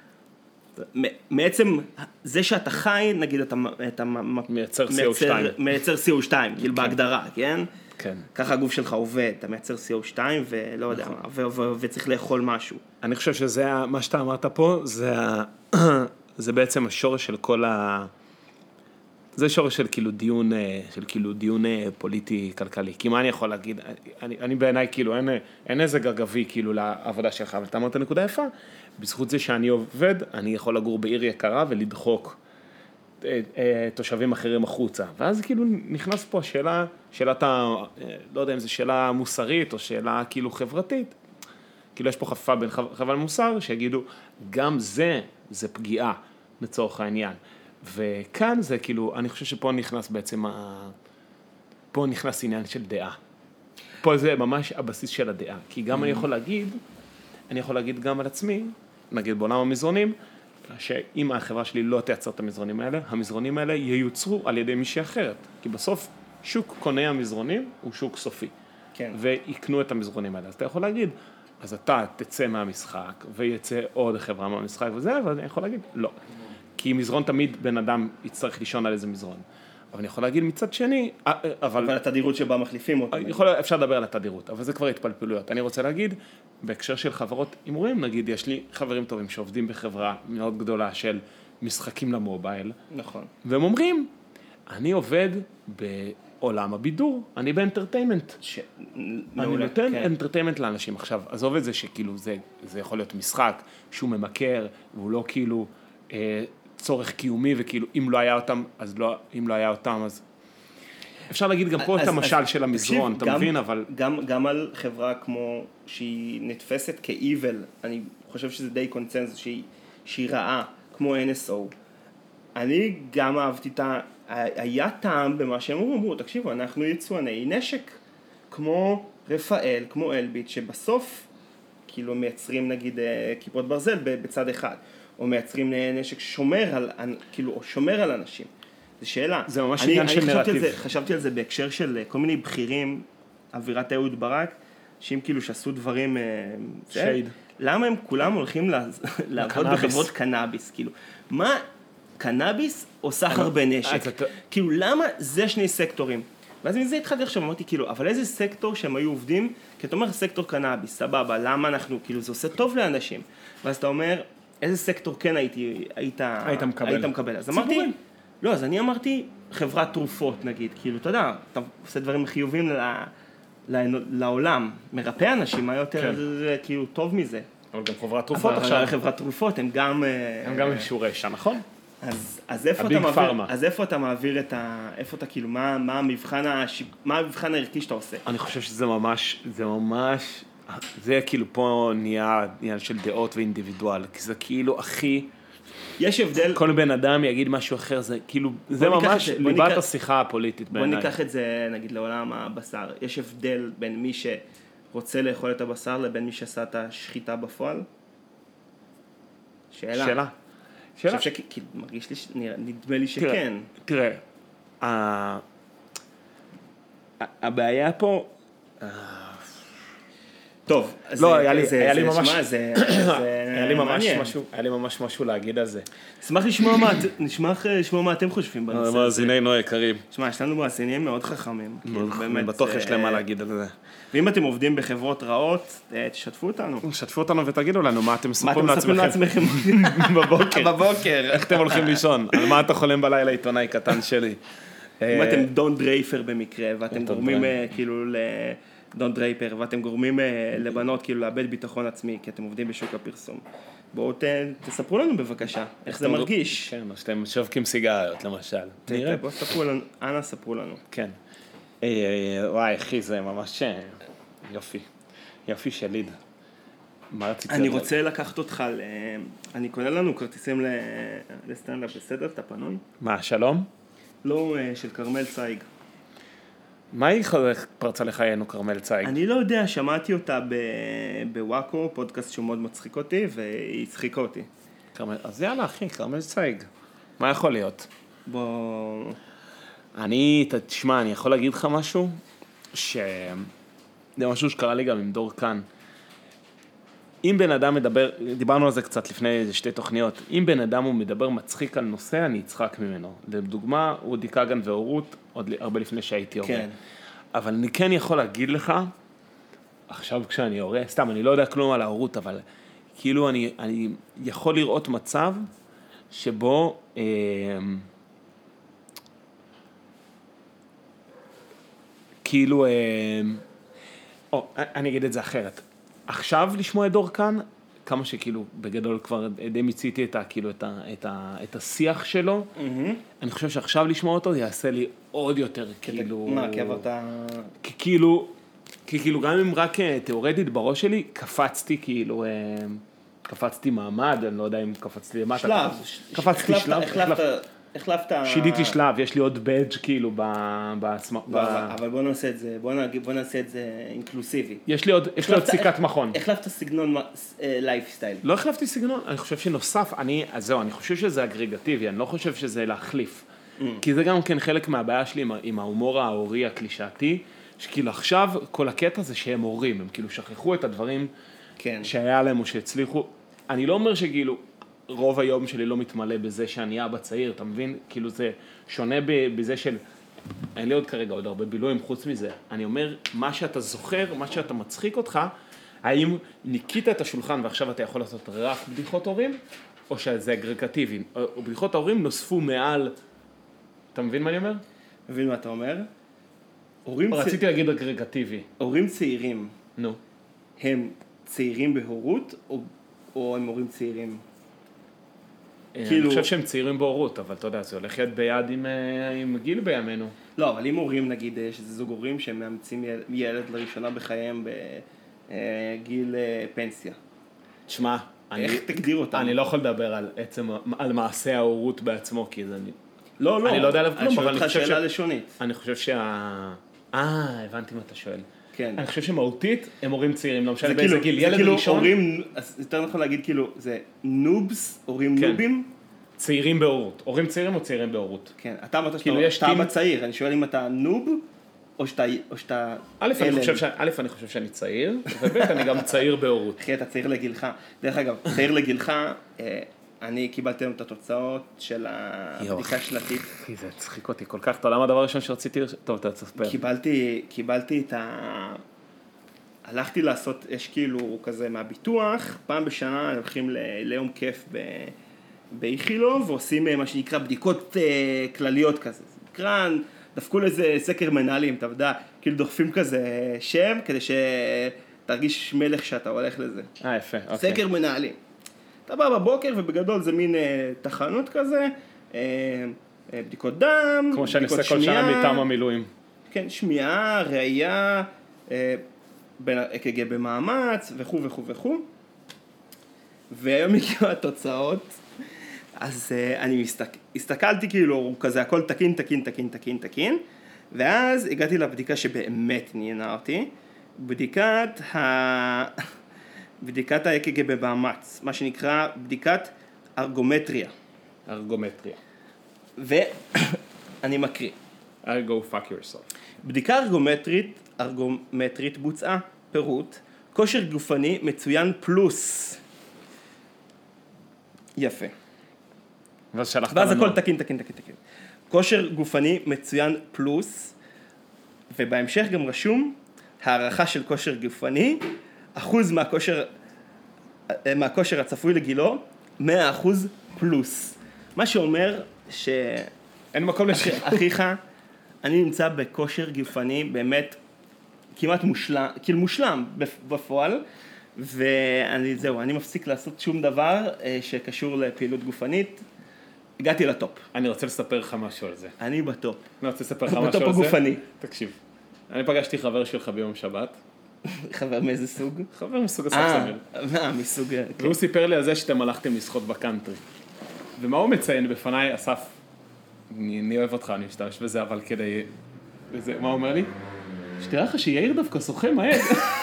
מעצם זה שאתה חי, נגיד, אתה, אתה מייצר סי או שתיים. מייצר סי או שתיים, כאילו בהגדרה, כן? כן. ככה הגוף שלך עובד, אתה מייצר סי או שתיים ולא יודע, וצריך לאכול משהו. אני חושב שזה, מה שאתה אמרת פה, זה, זה בעצם השורש של כל ה... זה שורש של כאילו דיון, של כאילו דיון פוליטי כלכלי. כי מה אני יכול להגיד? אני, אני בעיניי כאילו, אין, אין איזה גרגבי כאילו לעבודה שלך, אבל אתה אמרת נקודה יפה, בזכות זה שאני עובד, אני יכול לגור בעיר יקרה ולדחוק תושבים אחרים החוצה. ואז כאילו נכנס פה השאלה, שאלת ה... לא יודע אם זו שאלה מוסרית או שאלה כאילו חברתית. כאילו יש פה חפיפה בין חבל מוסר, שיגידו, גם זה, זה פגיעה לצורך העניין. וכאן זה כאילו, אני חושב שפה נכנס בעצם, ה... פה נכנס עניין של דעה. פה זה ממש הבסיס של הדעה. כי גם אני יכול להגיד, אני יכול להגיד גם על עצמי, נגיד בעולם המזרונים, שאם החברה שלי לא תייצר את המזרונים האלה, המזרונים האלה ייוצרו על ידי מישהי אחרת. כי בסוף שוק קוני המזרונים הוא שוק סופי. כן. ויקנו את המזרונים האלה. אז אתה יכול להגיד, אז אתה תצא מהמשחק, ויצא עוד חברה מהמשחק וזה, אבל אני יכול להגיד, לא. כי מזרון תמיד בן אדם יצטרך לישון על איזה מזרון. אבל אני יכול להגיד מצד שני, אבל... אבל התדירות שבה מחליפים אותם. יכול, אפשר לדבר על התדירות, אבל זה כבר התפלפלויות. אני רוצה להגיד, בהקשר של חברות הימורים, נגיד, יש לי חברים טובים שעובדים בחברה מאוד גדולה של משחקים למובייל. נכון. והם אומרים, אני עובד בעולם הבידור, אני באנטרטיימנט. ש... אני מעולה, נותן כן. אנטרטיימנט לאנשים. עכשיו, עזוב את זה שכאילו זה, זה יכול להיות משחק שהוא ממכר, והוא לא כאילו אה, צורך קיומי, וכאילו אם לא היה אותם, אז לא, אם לא היה אותם, אז... אפשר להגיד גם פה אז, את המשל אז, של המזרון, תקשיב, אתה גם, מבין, אבל... גם, גם על חברה כמו שהיא נתפסת כאיבל, אני חושב שזה די קונצנזוס, שהיא, שהיא רעה, כמו אן אס או. אני גם אהבתי את ה... היה טעם במה שהם אמרו, תקשיבו, אנחנו יצואני נשק, כמו רפאל, כמו אלביט, שבסוף כאילו מייצרים נגיד כיפות ברזל בצד אחד, או מייצרים נשק שומר על, כאילו, או שומר על אנשים. זו שאלה. זה ממש אני, עניין אני של חשבתי נרטיב. על זה, חשבתי על זה בהקשר של כל מיני בכירים, אווירת אהוד ברק, שהם כאילו שעשו דברים... שייד. למה הם כולם הולכים לעבוד בחברות קנאביס? כאילו, מה... קנאביס או סחר בנשק. כאילו, למה זה שני סקטורים? ואז מזה התחלתי עכשיו, אמרתי, כאילו, אבל איזה סקטור שהם היו עובדים? כי אתה אומר, סקטור קנאביס, סבבה, למה אנחנו, כאילו, זה עושה טוב לאנשים. ואז אתה אומר, איזה סקטור כן הייתי, היית, היית מקבל. היית מקבל. אז אמרתי, לא, אז אני אמרתי, חברת תרופות, נגיד, כאילו, אתה יודע, אתה עושה דברים חיובים ל, ל, לעולם, מרפא אנשים, מה יותר, כאילו, טוב מזה. אבל גם חברת תרופות עכשיו. אבל חברת תרופות, הם גם... הם גם אישורי שם, נכון? אז, אז איפה אתה מעביר, אז איפה אתה מעביר את ה, איפה אתה כאילו, מה, מה המבחן הש... מה המבחן הערכי שאתה עושה? אני חושב שזה ממש, זה ממש, זה כאילו פה נהיה עניין של דעות ואינדיבידואל, כי זה כאילו הכי, יש הבדל, כל בן אדם יגיד משהו אחר, זה כאילו, זה ממש זה, ליבת ניקח, השיחה הפוליטית בוא בעיניי. בוא ניקח את זה, נגיד, לעולם הבשר. יש הבדל בין מי שרוצה לאכול את הבשר לבין מי שעשה את השחיטה בפועל? שאלה. שאלה. אני חושב שכי, מרגיש לי, נדמה לי שכן. תראה, הבעיה פה... טוב, לא, היה לי ממש... היה לי ממש משהו להגיד על זה. נשמח לשמוע מה אתם חושבים בנושא הזה. מאזינינו היקרים. תשמע, יש לנו מאזינים מאוד חכמים. אני בטוח יש להם מה להגיד על זה. ואם אתם עובדים בחברות רעות, תשתפו אותנו. תשתפו אותנו ותגידו לנו מה אתם מספרים לעצמכם בבוקר. בבוקר. איך אתם הולכים לישון? על מה אתה חולם בלילה, עיתונאי קטן שלי? אם אתם דון דרייפר במקרה, ואתם גורמים כאילו לדון דרייפר, ואתם גורמים לבנות כאילו לאבד ביטחון עצמי, כי אתם עובדים בשוק הפרסום. בואו תספרו לנו בבקשה, איך זה מרגיש. כן, או שאתם שווקים סיגריות למשל. נראה. בואו ספרו לנו, אנא ספרו לנו. כן. וואי, אחי, זה ממש יופי. יופי שליד. מה רציתי? אני רוצה לקחת אותך, אני קונה לנו כרטיסים לסטנדאפ בסדר, אתה פנוי? מה, שלום? לא, של קרמל צייג. מה היא פרצה לחיינו, קרמל צייג? אני לא יודע, שמעתי אותה בוואקו, פודקאסט שהוא מאוד מצחיק אותי, והיא הצחיקה אותי. אז יאללה, אחי, קרמל צייג. מה יכול להיות? בוא... אני, תשמע, אני יכול להגיד לך משהו, שזה משהו שקרה לי גם עם דור כאן. אם בן אדם מדבר, דיברנו על זה קצת לפני איזה שתי תוכניות, אם בן אדם הוא מדבר מצחיק על נושא, אני אצחק ממנו. לדוגמה, אודי כגן והורות, עוד הרבה לפני שהייתי הורה. כן. אבל אני כן יכול להגיד לך, עכשיו כשאני הורה, סתם, אני לא יודע כלום על ההורות, אבל כאילו אני, אני יכול לראות מצב שבו, אה, כאילו, אה, או, אני אגיד את זה אחרת. עכשיו לשמוע את דור כאן, כמה שכאילו בגדול כבר די מיציתי את, ה, כאילו, את, ה, את, ה, את השיח שלו, mm-hmm. אני חושב שעכשיו לשמוע אותו זה יעשה לי עוד יותר, כאילו... מה, כי עברת... כי כאילו, כי כאילו גם אם רק תיאורטית בראש שלי, קפצתי כאילו, קפצתי מעמד, אני לא יודע אם קפצתי למטה. שלב. קפצתי שלב. החלפת... החלפת... שידיתי שלב, יש לי עוד בדג' כאילו בעצמה. אבל בוא נעשה את זה, בוא נעשה את זה אינקלוסיבי. יש לי עוד סיכת מכון. החלפת סגנון לייפסטייל. לא החלפתי סגנון, אני חושב שנוסף, אני, אז זהו, אני חושב שזה אגרגטיבי, אני לא חושב שזה להחליף. כי זה גם כן חלק מהבעיה שלי עם ההומור ההורי הקלישאתי, שכאילו עכשיו כל הקטע זה שהם הורים, הם כאילו שכחו את הדברים כן. שהיה להם או שהצליחו. אני לא אומר שכאילו, רוב היום שלי לא מתמלא בזה שאני אבא צעיר, אתה מבין? כאילו זה שונה בזה של, אין לי עוד כרגע עוד הרבה בילויים חוץ מזה. אני אומר, מה שאתה זוכר, מה שאתה מצחיק אותך, האם ניקית את השולחן ועכשיו אתה יכול לעשות רק בדיחות הורים, או שזה אגרגטיבי? או בדיחות ההורים נוספו מעל, אתה מבין מה אני אומר? מבין מה אתה אומר? הורים, רציתי צ... להגיד אגרגטיבי. הורים צעירים, נו. הם צעירים בהורות, או, או הם הורים צעירים? אני כאילו... חושב שהם צעירים בהורות, אבל אתה יודע, זה הולך יד ביד עם, עם גיל בימינו. לא, אבל אם הורים, נגיד, שזה זוג הורים שהם מאמצים ילד, ילד לראשונה בחייהם בגיל פנסיה. תשמע, איך אני, תגדיר אותם? אני לא יכול לדבר על עצם, על מעשה ההורות בעצמו, כי זה אני... לא, לא, אני לא יודע עליו כלום, אבל אני אני חושב שואל אותך שאלה ש... לשונית. אני חושב שה... אה, הבנתי מה אתה שואל. כן. אני חושב שמהותית הם הורים צעירים, לא משנה זה באיזה כאילו, גיל. זה ילד כאילו ראשון, הורים, אז יותר נכון להגיד כאילו, זה נובס, הורים כן. נובים? צעירים בהורות. הורים צעירים או צעירים בהורות? כן, אתה אמרת שאתה כאילו, יש שאתה טים- אבא צעיר, אני שואל אם אתה נוב, או שאתה, או שאתה... א', אני אלן. חושב ש... א', אני חושב שאני צעיר, וב', אני גם צעיר בהורות. אחי, אתה צעיר לגילך. דרך אגב, צעיר לגילך, אה, אני קיבלתי היום את התוצאות של הבדיקה השנתית. אחי, זה הצחיק אותי כל כך. אתה יודע מה הדבר הראשון שרציתי... טוב, אתה תספר. קיבלתי, קיבלתי את ה... הלכתי לעשות, יש כאילו כזה מהביטוח, פעם בשנה הולכים ל... ליום כיף ב... באיכילוב, ועושים מה שנקרא בדיקות אה, כלליות כזה. זה נקרא, דפקו לזה סקר מנהלים, אתה יודע, כאילו דוחפים כזה שם, כדי שתרגיש מלך שאתה הולך לזה. אה, יפה, אוקיי. סקר מנהלים. אתה בא בבוקר, ובגדול זה מין אה, תחנות כזה, אה, אה, בדיקות דם, כמו שאני בדיקות עושה כל שנה שמיעה. מטעם המילואים. כן, שמיעה, ראייה, אה, בין ה-אק"ג במאמץ, וכו' וכו' וכו'. והיום הגיעו התוצאות, אז uh, אני מסתכל, הסתכלתי כאילו כזה הכל תקין, תקין, תקין, תקין, תקין, ואז הגעתי לבדיקה שבאמת עניינה אותי, בדיקת ה... בדיקת ה-אק"ג במאמץ, מה שנקרא בדיקת ארגומטריה. ארגומטריה. ואני מקריא. I go fuck yourself. בדיקה ארגומטרית, ארגומטרית בוצעה פירוט, כושר גופני מצוין פלוס. יפה. ואז שלחת ואז לנו. הכל תקין, תקין, תקין, תקין. כושר גופני מצוין פלוס, ובהמשך גם רשום, הערכה של כושר גופני, אחוז מהכושר, מהכושר הצפוי לגילו, מאה אחוז פלוס. מה שאומר ש... אין מקום לשיר. אחיך, אני נמצא בכושר גופני באמת כמעט מושלם, כאילו מושלם בפועל, ואני, זהו, אני מפסיק לעשות שום דבר שקשור לפעילות גופנית, הגעתי לטופ. אני רוצה לספר לך משהו על זה. אני בטופ. אני רוצה לספר לך משהו על בטופ זה. הגופני. תקשיב. אני פגשתי חבר שלך ביום שבת. חבר מאיזה סוג? חבר מסוג אסף אה, סמל. מה, מסוג... והוא סיפר לי על זה שאתם הלכתם לשחות בקאנטרי. ומה הוא מציין בפניי, אסף, אני, אני אוהב אותך, אני משתמש בזה, אבל כדי... וזה, מה הוא אומר לי? שתראה לך שיאיר דווקא שוחה מהר.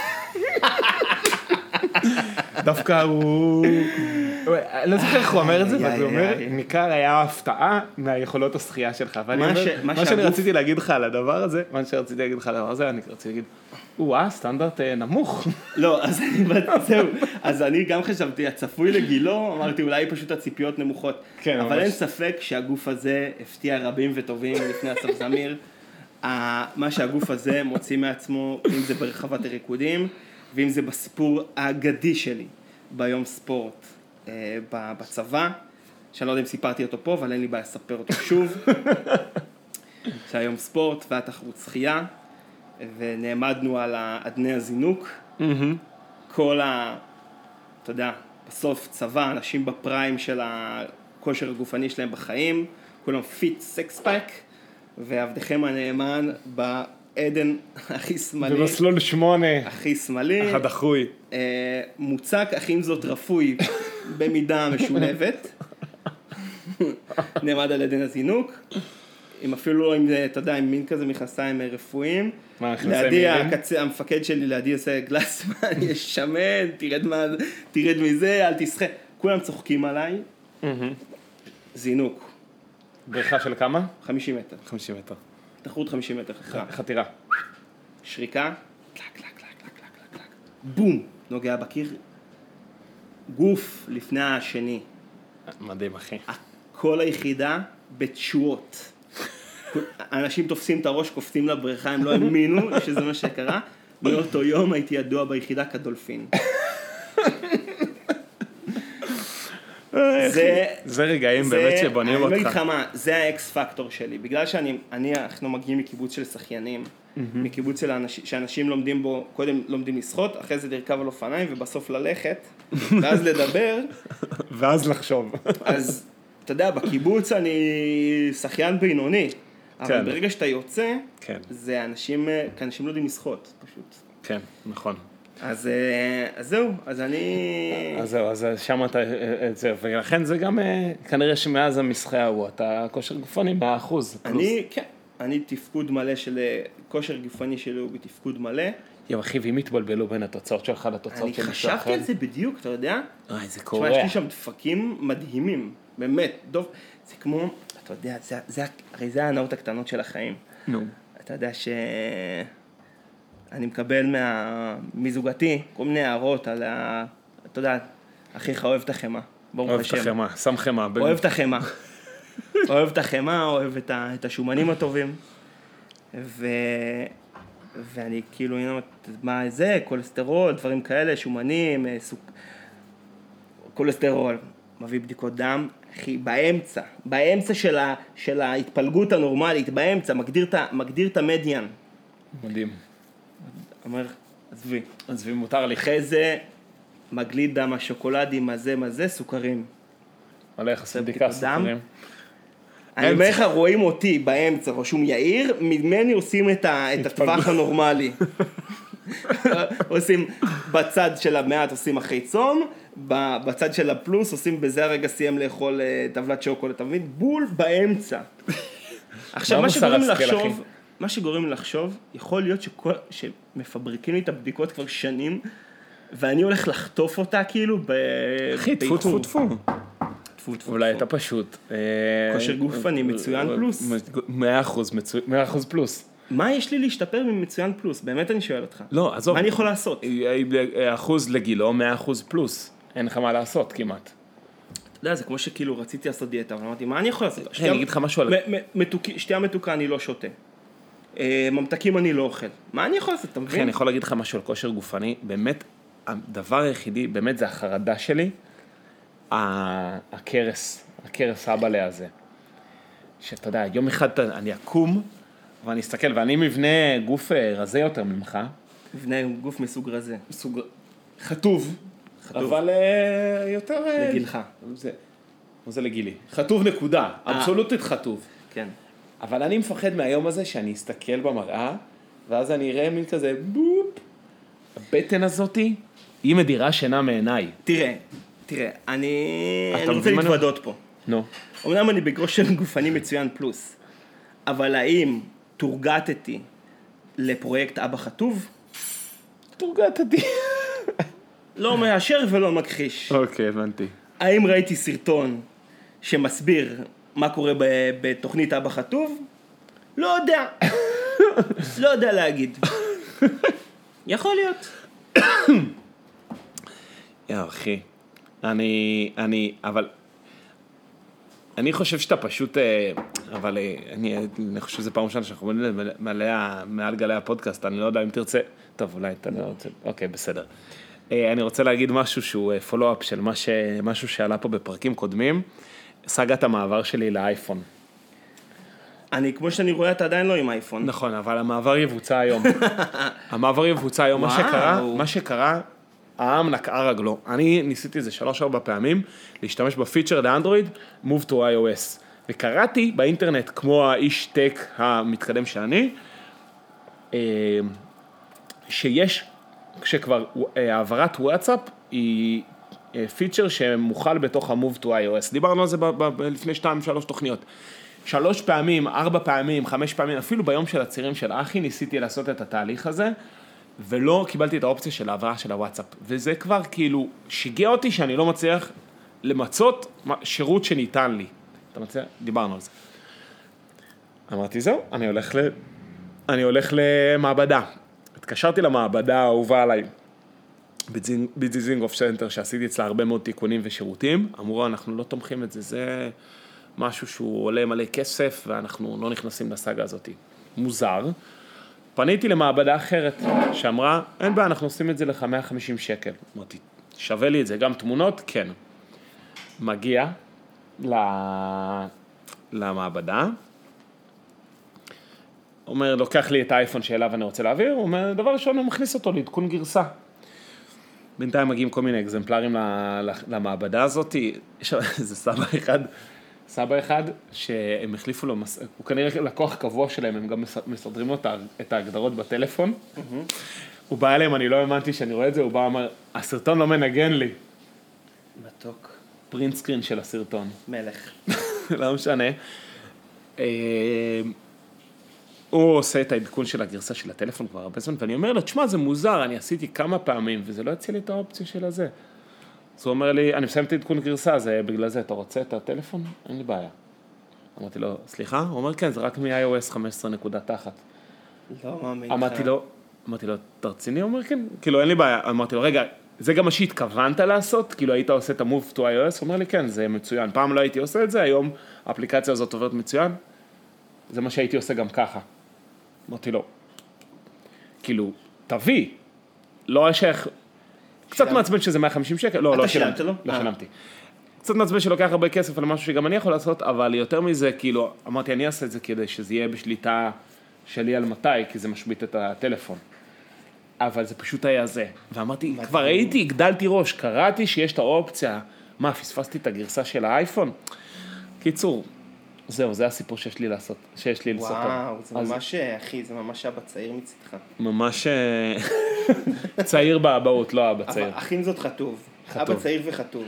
דווקא הוא... אני לא זוכר איך הוא אומר את זה, ואתה אומר, ניכר היה הפתעה מהיכולות השחייה שלך. ואני אומר, מה שאני רציתי להגיד לך על הדבר הזה, מה שרציתי להגיד לך על הדבר הזה, אני רציתי להגיד, וואה, סטנדרט נמוך. לא, אז אני, זהו, אז אני גם חשבתי, הצפוי לגילו, אמרתי, אולי פשוט הציפיות נמוכות. כן, אבל ממש. אין ספק שהגוף הזה הפתיע רבים וטובים לפני אסף זמיר. מה שהגוף הזה מוציא מעצמו, אם זה ברחבת הריקודים, ואם זה בסיפור האגדי שלי, ביום ספורט, בצבא, שאני לא יודע אם סיפרתי אותו פה, אבל אין לי בעיה לספר אותו שוב. שהיום ספורט והיה תחרות שחייה, ונעמדנו על אדני הזינוק. כל ה... אתה יודע, בסוף צבא, אנשים בפריים של הכושר הגופני שלהם בחיים, כולם פיט סקס פאק, ועבדכם הנאמן בעדן הכי שמאלי. במסלול שמונה. הכי שמאלי. אחד אחוי. מוצק, אך עם זאת רפוי, במידה משולבת. נעמד על עדן הזינוק. עם אפילו, עם, אתה יודע, עם מין כזה מכנסיים רפואיים. מה, מכנסיים לידי מהירים? הקצה, המפקד שלי לידי עושה גלסמן, יש שמן, תרד, מה, תרד מזה, אל תשחה. כולם צוחקים עליי. זינוק. בריכה של כמה? חמישים מטר. חמישים מטר. תחרות חמישים מטר. חתירה. שריקה. קלק, קלק, קלק, קלק, קלק, קלק. בום. נוגע בקיר, גוף לפני השני. מדהים, אחי. כל היחידה בתשואות. אנשים תופסים את הראש, קופצים לבריכה, הם לא האמינו שזה מה שקרה. מאותו יום הייתי ידוע ביחידה כדולפין. זה, זה רגעים באמת שבונים אותך. אני לא איתך מה, זה האקס פקטור שלי. בגלל שאני, אני, אנחנו מגיעים מקיבוץ של שחיינים, מקיבוץ של אנשים, שאנשים לומדים בו, קודם לומדים לשחות, אחרי זה לרכב על אופניים ובסוף ללכת, ואז לדבר. ואז לחשוב. אז אתה יודע, בקיבוץ אני שחיין בינוני, אבל ברגע שאתה יוצא, זה אנשים, כאנשים לא יודעים לשחות, פשוט. כן, נכון. אז, אז זהו, אז אני... אז זהו, אז שם אתה את זה, ולכן זה גם כנראה שמאז המשחק ההוא, אתה כושר גופני מאה אחוז. אני, כן, אני תפקוד מלא של, כושר גופני שלי הוא בתפקוד מלא. יו, אחי, ואם התבלבלו בין התוצאות שלך לתוצאות של מישהו אחר? אני חשבתי על זה בדיוק, אתה יודע? אוי, זה קורה. תשמע, יש לי שם דפקים מדהימים, באמת, דוב, זה כמו, אתה יודע, זה, זה, הרי זה ההנאות הקטנות של החיים. נו. אתה יודע ש... אני מקבל מה... מזוגתי כל מיני הערות על ה... אתה יודע, אחיך אוהב את החמה. אוהב את החמה, שם חמה. אוהב את החמה. אוהב את החמה, אוהב את, ה... את השומנים הטובים. ו... ואני כאילו, הנה, מה זה, קולסטרול, דברים כאלה, שומנים, סוק... קולסטרול. מביא בדיקות דם, אחי, באמצע. באמצע של, ה... של ההתפלגות הנורמלית, באמצע, מגדיר את, מגדיר את המדיאן. מדהים. אומר, עזבי. עזבי, מותר לי. אחרי זה, מגליד דם, השוקולדים, מה זה, מה זה, סוכרים. הולך, עושה בדיקה סוכרים. אני אומר לך, רואים אותי באמצע, רשום יאיר, ממני עושים את הטווח הנורמלי. עושים בצד של המעט, עושים אחרי צום, בצד של הפלוס, עושים בזה הרגע סיים לאכול טבלת שוקולד, אתה מבין? בול באמצע. עכשיו, מה שגורם לחשוב... מה שגורם לי לחשוב, יכול להיות שכל, שמפברקים לי את הבדיקות כבר שנים, ואני הולך לחטוף אותה כאילו ב... אחי, תפו, תפו, תפו. תפו, תפו. אולי אתה פשוט... כושר גופני, מצוין פלוס. מאה אחוז, מאה אחוז פלוס. מה יש לי להשתפר ממצוין פלוס? באמת אני שואל אותך. לא, עזוב. מה אני יכול לעשות? אחוז לגילו, מאה אחוז פלוס. אין לך מה לעשות כמעט. אתה יודע, זה כמו שכאילו רציתי לעשות דיאטה, אבל אמרתי, מה אני יכול לעשות? אני אגיד לך משהו על... שתייה מתוקה אני לא שותה. ממתקים אני לא אוכל. מה אני יכול לעשות, אתה מבין? אני יכול להגיד לך משהו על כושר גופני, באמת, הדבר היחידי, באמת זה החרדה שלי, הקרס, הקרס הבא הזה. שאתה יודע, יום אחד אני אקום, ואני אסתכל, ואני מבנה גוף רזה יותר ממך. מבנה גוף מסוג רזה. מסוג... חטוב. אבל יותר... לגילך. זה, זה לגילי. חטוב נקודה, אבסולוטית חטוב. כן. אבל אני מפחד מהיום הזה שאני אסתכל במראה, ואז אני אראה מין כזה, בופ, הבטן הזאת היא מדירה שינה מעיניי. תראה, תראה, אני, אני רוצה להתוודות פה. נו. אמנם אני בכושר גופני מצוין פלוס, אבל האם תורגטתי לפרויקט אבא חטוב? תורגטתי. לא מאשר ולא מכחיש. אוקיי, הבנתי. האם ראיתי סרטון שמסביר מה קורה בתוכנית אבא חטוב? לא יודע. לא יודע להגיד. יכול להיות. יא, אחי. אני, אני, אבל... אני חושב שאתה פשוט... אבל אני, אני חושב שזה פעם ראשונה שאנחנו מלא, מעל גלי הפודקאסט, אני לא יודע אם תרצה... טוב, אולי אתה לא רוצה... אוקיי, בסדר. אני רוצה להגיד משהו שהוא פולו-אפ של משהו שעלה פה בפרקים קודמים. סגת המעבר שלי לאייפון. אני, כמו שאני רואה, אתה עדיין לא עם אייפון. נכון, אבל המעבר יבוצע היום. המעבר יבוצע היום. מה שקרה, מה שקרה, העם נקעה רגלו. אני ניסיתי איזה שלוש ארבע פעמים, להשתמש בפיצ'ר לאנדרואיד, move to iOS. וקראתי באינטרנט, כמו האיש טק המתקדם שאני, שיש, כשכבר העברת וואטסאפ היא פיצ'ר שמוכל בתוך ה-move to iOS. דיברנו על זה לפני שתיים, שלוש תוכניות. שלוש פעמים, ארבע פעמים, חמש פעמים, אפילו ביום של הצירים של אחי, ניסיתי לעשות את התהליך הזה, ולא קיבלתי את האופציה של העברה של הוואטסאפ. וזה כבר כאילו שיגע אותי שאני לא מצליח למצות שירות שניתן לי. אתה מצליח? דיברנו על זה. אמרתי, זהו, אני הולך ל... אני הולך למעבדה. התקשרתי למעבדה האהובה עליי. בדיזינגוף סנטר, שעשיתי אצלה הרבה מאוד תיקונים ושירותים, אמרו, אנחנו לא תומכים את זה, זה משהו שהוא עולה מלא כסף, ואנחנו לא נכנסים לסאגה הזאת. מוזר. פניתי למעבדה אחרת, שאמרה, אין בעיה, אנחנו עושים את זה לך מאה וחמישים שקל. אמרתי, שווה לי את זה, גם תמונות? כן. מגיע למעבדה, אומר, לוקח לי את האייפון שאליו אני רוצה להעביר, הוא אומר, דבר ראשון, הוא מכניס אותו לעדכון גרסה. בינתיים מגיעים כל מיני אקזמפלרים למעבדה הזאת, יש איזה סבא אחד, סבא אחד, שהם החליפו לו, הוא כנראה לקוח קבוע שלהם, הם גם מסדרים לו את ההגדרות בטלפון. הוא בא אליהם, אני לא האמנתי שאני רואה את זה, הוא בא ואמר, הסרטון לא מנגן לי. מתוק. פרינט סקרין של הסרטון. מלך. לא משנה. הוא עושה את העדכון של הגרסה של הטלפון כבר הרבה זמן, ואני אומר לו, תשמע, זה מוזר, אני עשיתי כמה פעמים, וזה לא יצא לי את האופציה של הזה. אז הוא אומר לי, אני מסיים את העדכון גרסה, זה בגלל זה, אתה רוצה את הטלפון? אין לי בעיה. אמרתי לו, סליחה? הוא אומר, כן, זה רק מ-איי או אס חמש עשרה נקודה תחת. לא מאמין. אמרתי לו, אמרתי לו, אתה רציני? הוא אומר, כן. כאילו, אין לי בעיה. אמרתי לו, רגע, זה גם מה שהתכוונת לעשות? כאילו, היית עושה את ה-Move to איי או אס? הוא אומר לי, כן, זה מצוין. פעם לא הייתי עושה את זה, היום האפליקציה הזאת עוברת מצוין. זה מה שהייתי עושה גם ככה. אמרתי לו, כאילו, תביא. לא השייך, קצת מעצבן שזה מאה וחמישים שקל. לא, לא שילמתי. לא שילמתי. קצת מעצבן שלוקח הרבה כסף על משהו שגם אני יכול לעשות, אבל יותר מזה, כאילו, אמרתי, אני אעשה את זה כדי שזה יהיה בשליטה שלי על מתי, כי זה משביט את הטלפון. אבל זה פשוט היה זה. ואמרתי, כבר הייתי, הגדלתי ראש, קראתי שיש את האופציה, מה, פספסתי את הגרסה של האייפון? קיצור, זהו, זה הסיפור שיש לי לעשות, שיש לי לספר. וואו, זה ממש, אחי, זה ממש אבא צעיר מצדך. ממש צעיר באבאות, לא אבא צעיר. אבל אחים זאת חטוב. אבא צעיר וחטוב.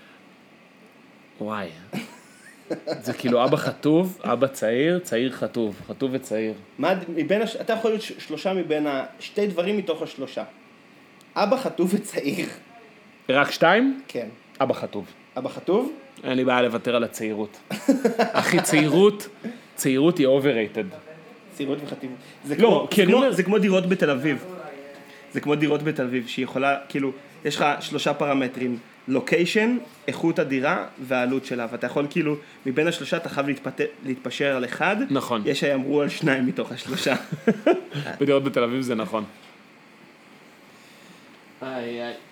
וואי. זה כאילו אבא חטוב, אבא צעיר, צעיר חטוב, חטוב וצעיר. מה, מבין, אתה יכול להיות שלושה מבין שתי דברים מתוך השלושה. אבא חטוב וצעיר. רק שתיים? כן. אבא חטוב. אבא חטוב? אין לי בעיה לוותר על הצעירות. אחי, צעירות, צעירות היא overrated. צעירות וחטוב. לא, כי אני אומר... זה כמו דירות בתל אביב. זה כמו דירות בתל אביב, שהיא יכולה, כאילו, יש לך שלושה פרמטרים. לוקיישן, איכות הדירה והעלות שלה, ואתה יכול כאילו, מבין השלושה אתה חייב להתפת... להתפשר על אחד. נכון. יש שיאמרו על שניים מתוך השלושה. בדירות בתל אביב זה נכון. איי איי.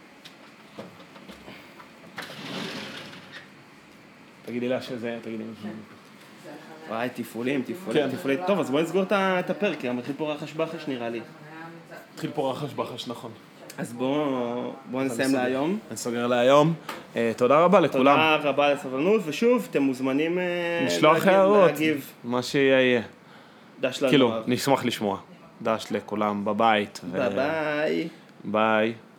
תגידי לה שזה, תגידי לה. וואי, תפעולים, תפעולים, תפעולים. טוב, אז בוא נסגור את הפרק, כי מתחיל פה רחש בחש נראה לי. מתחיל פה רחש בחש, נכון. אז בואו בוא נסיים להיום. נסוגר להיום. תודה רבה לכולם. תודה רבה לסבלנות, ושוב, אתם מוזמנים לשלוח הערות, להגיב. מה שיהיה. דש לנו. כאילו, נשמח לשמוע. דש לכולם בבית. ביי ביי. ביי.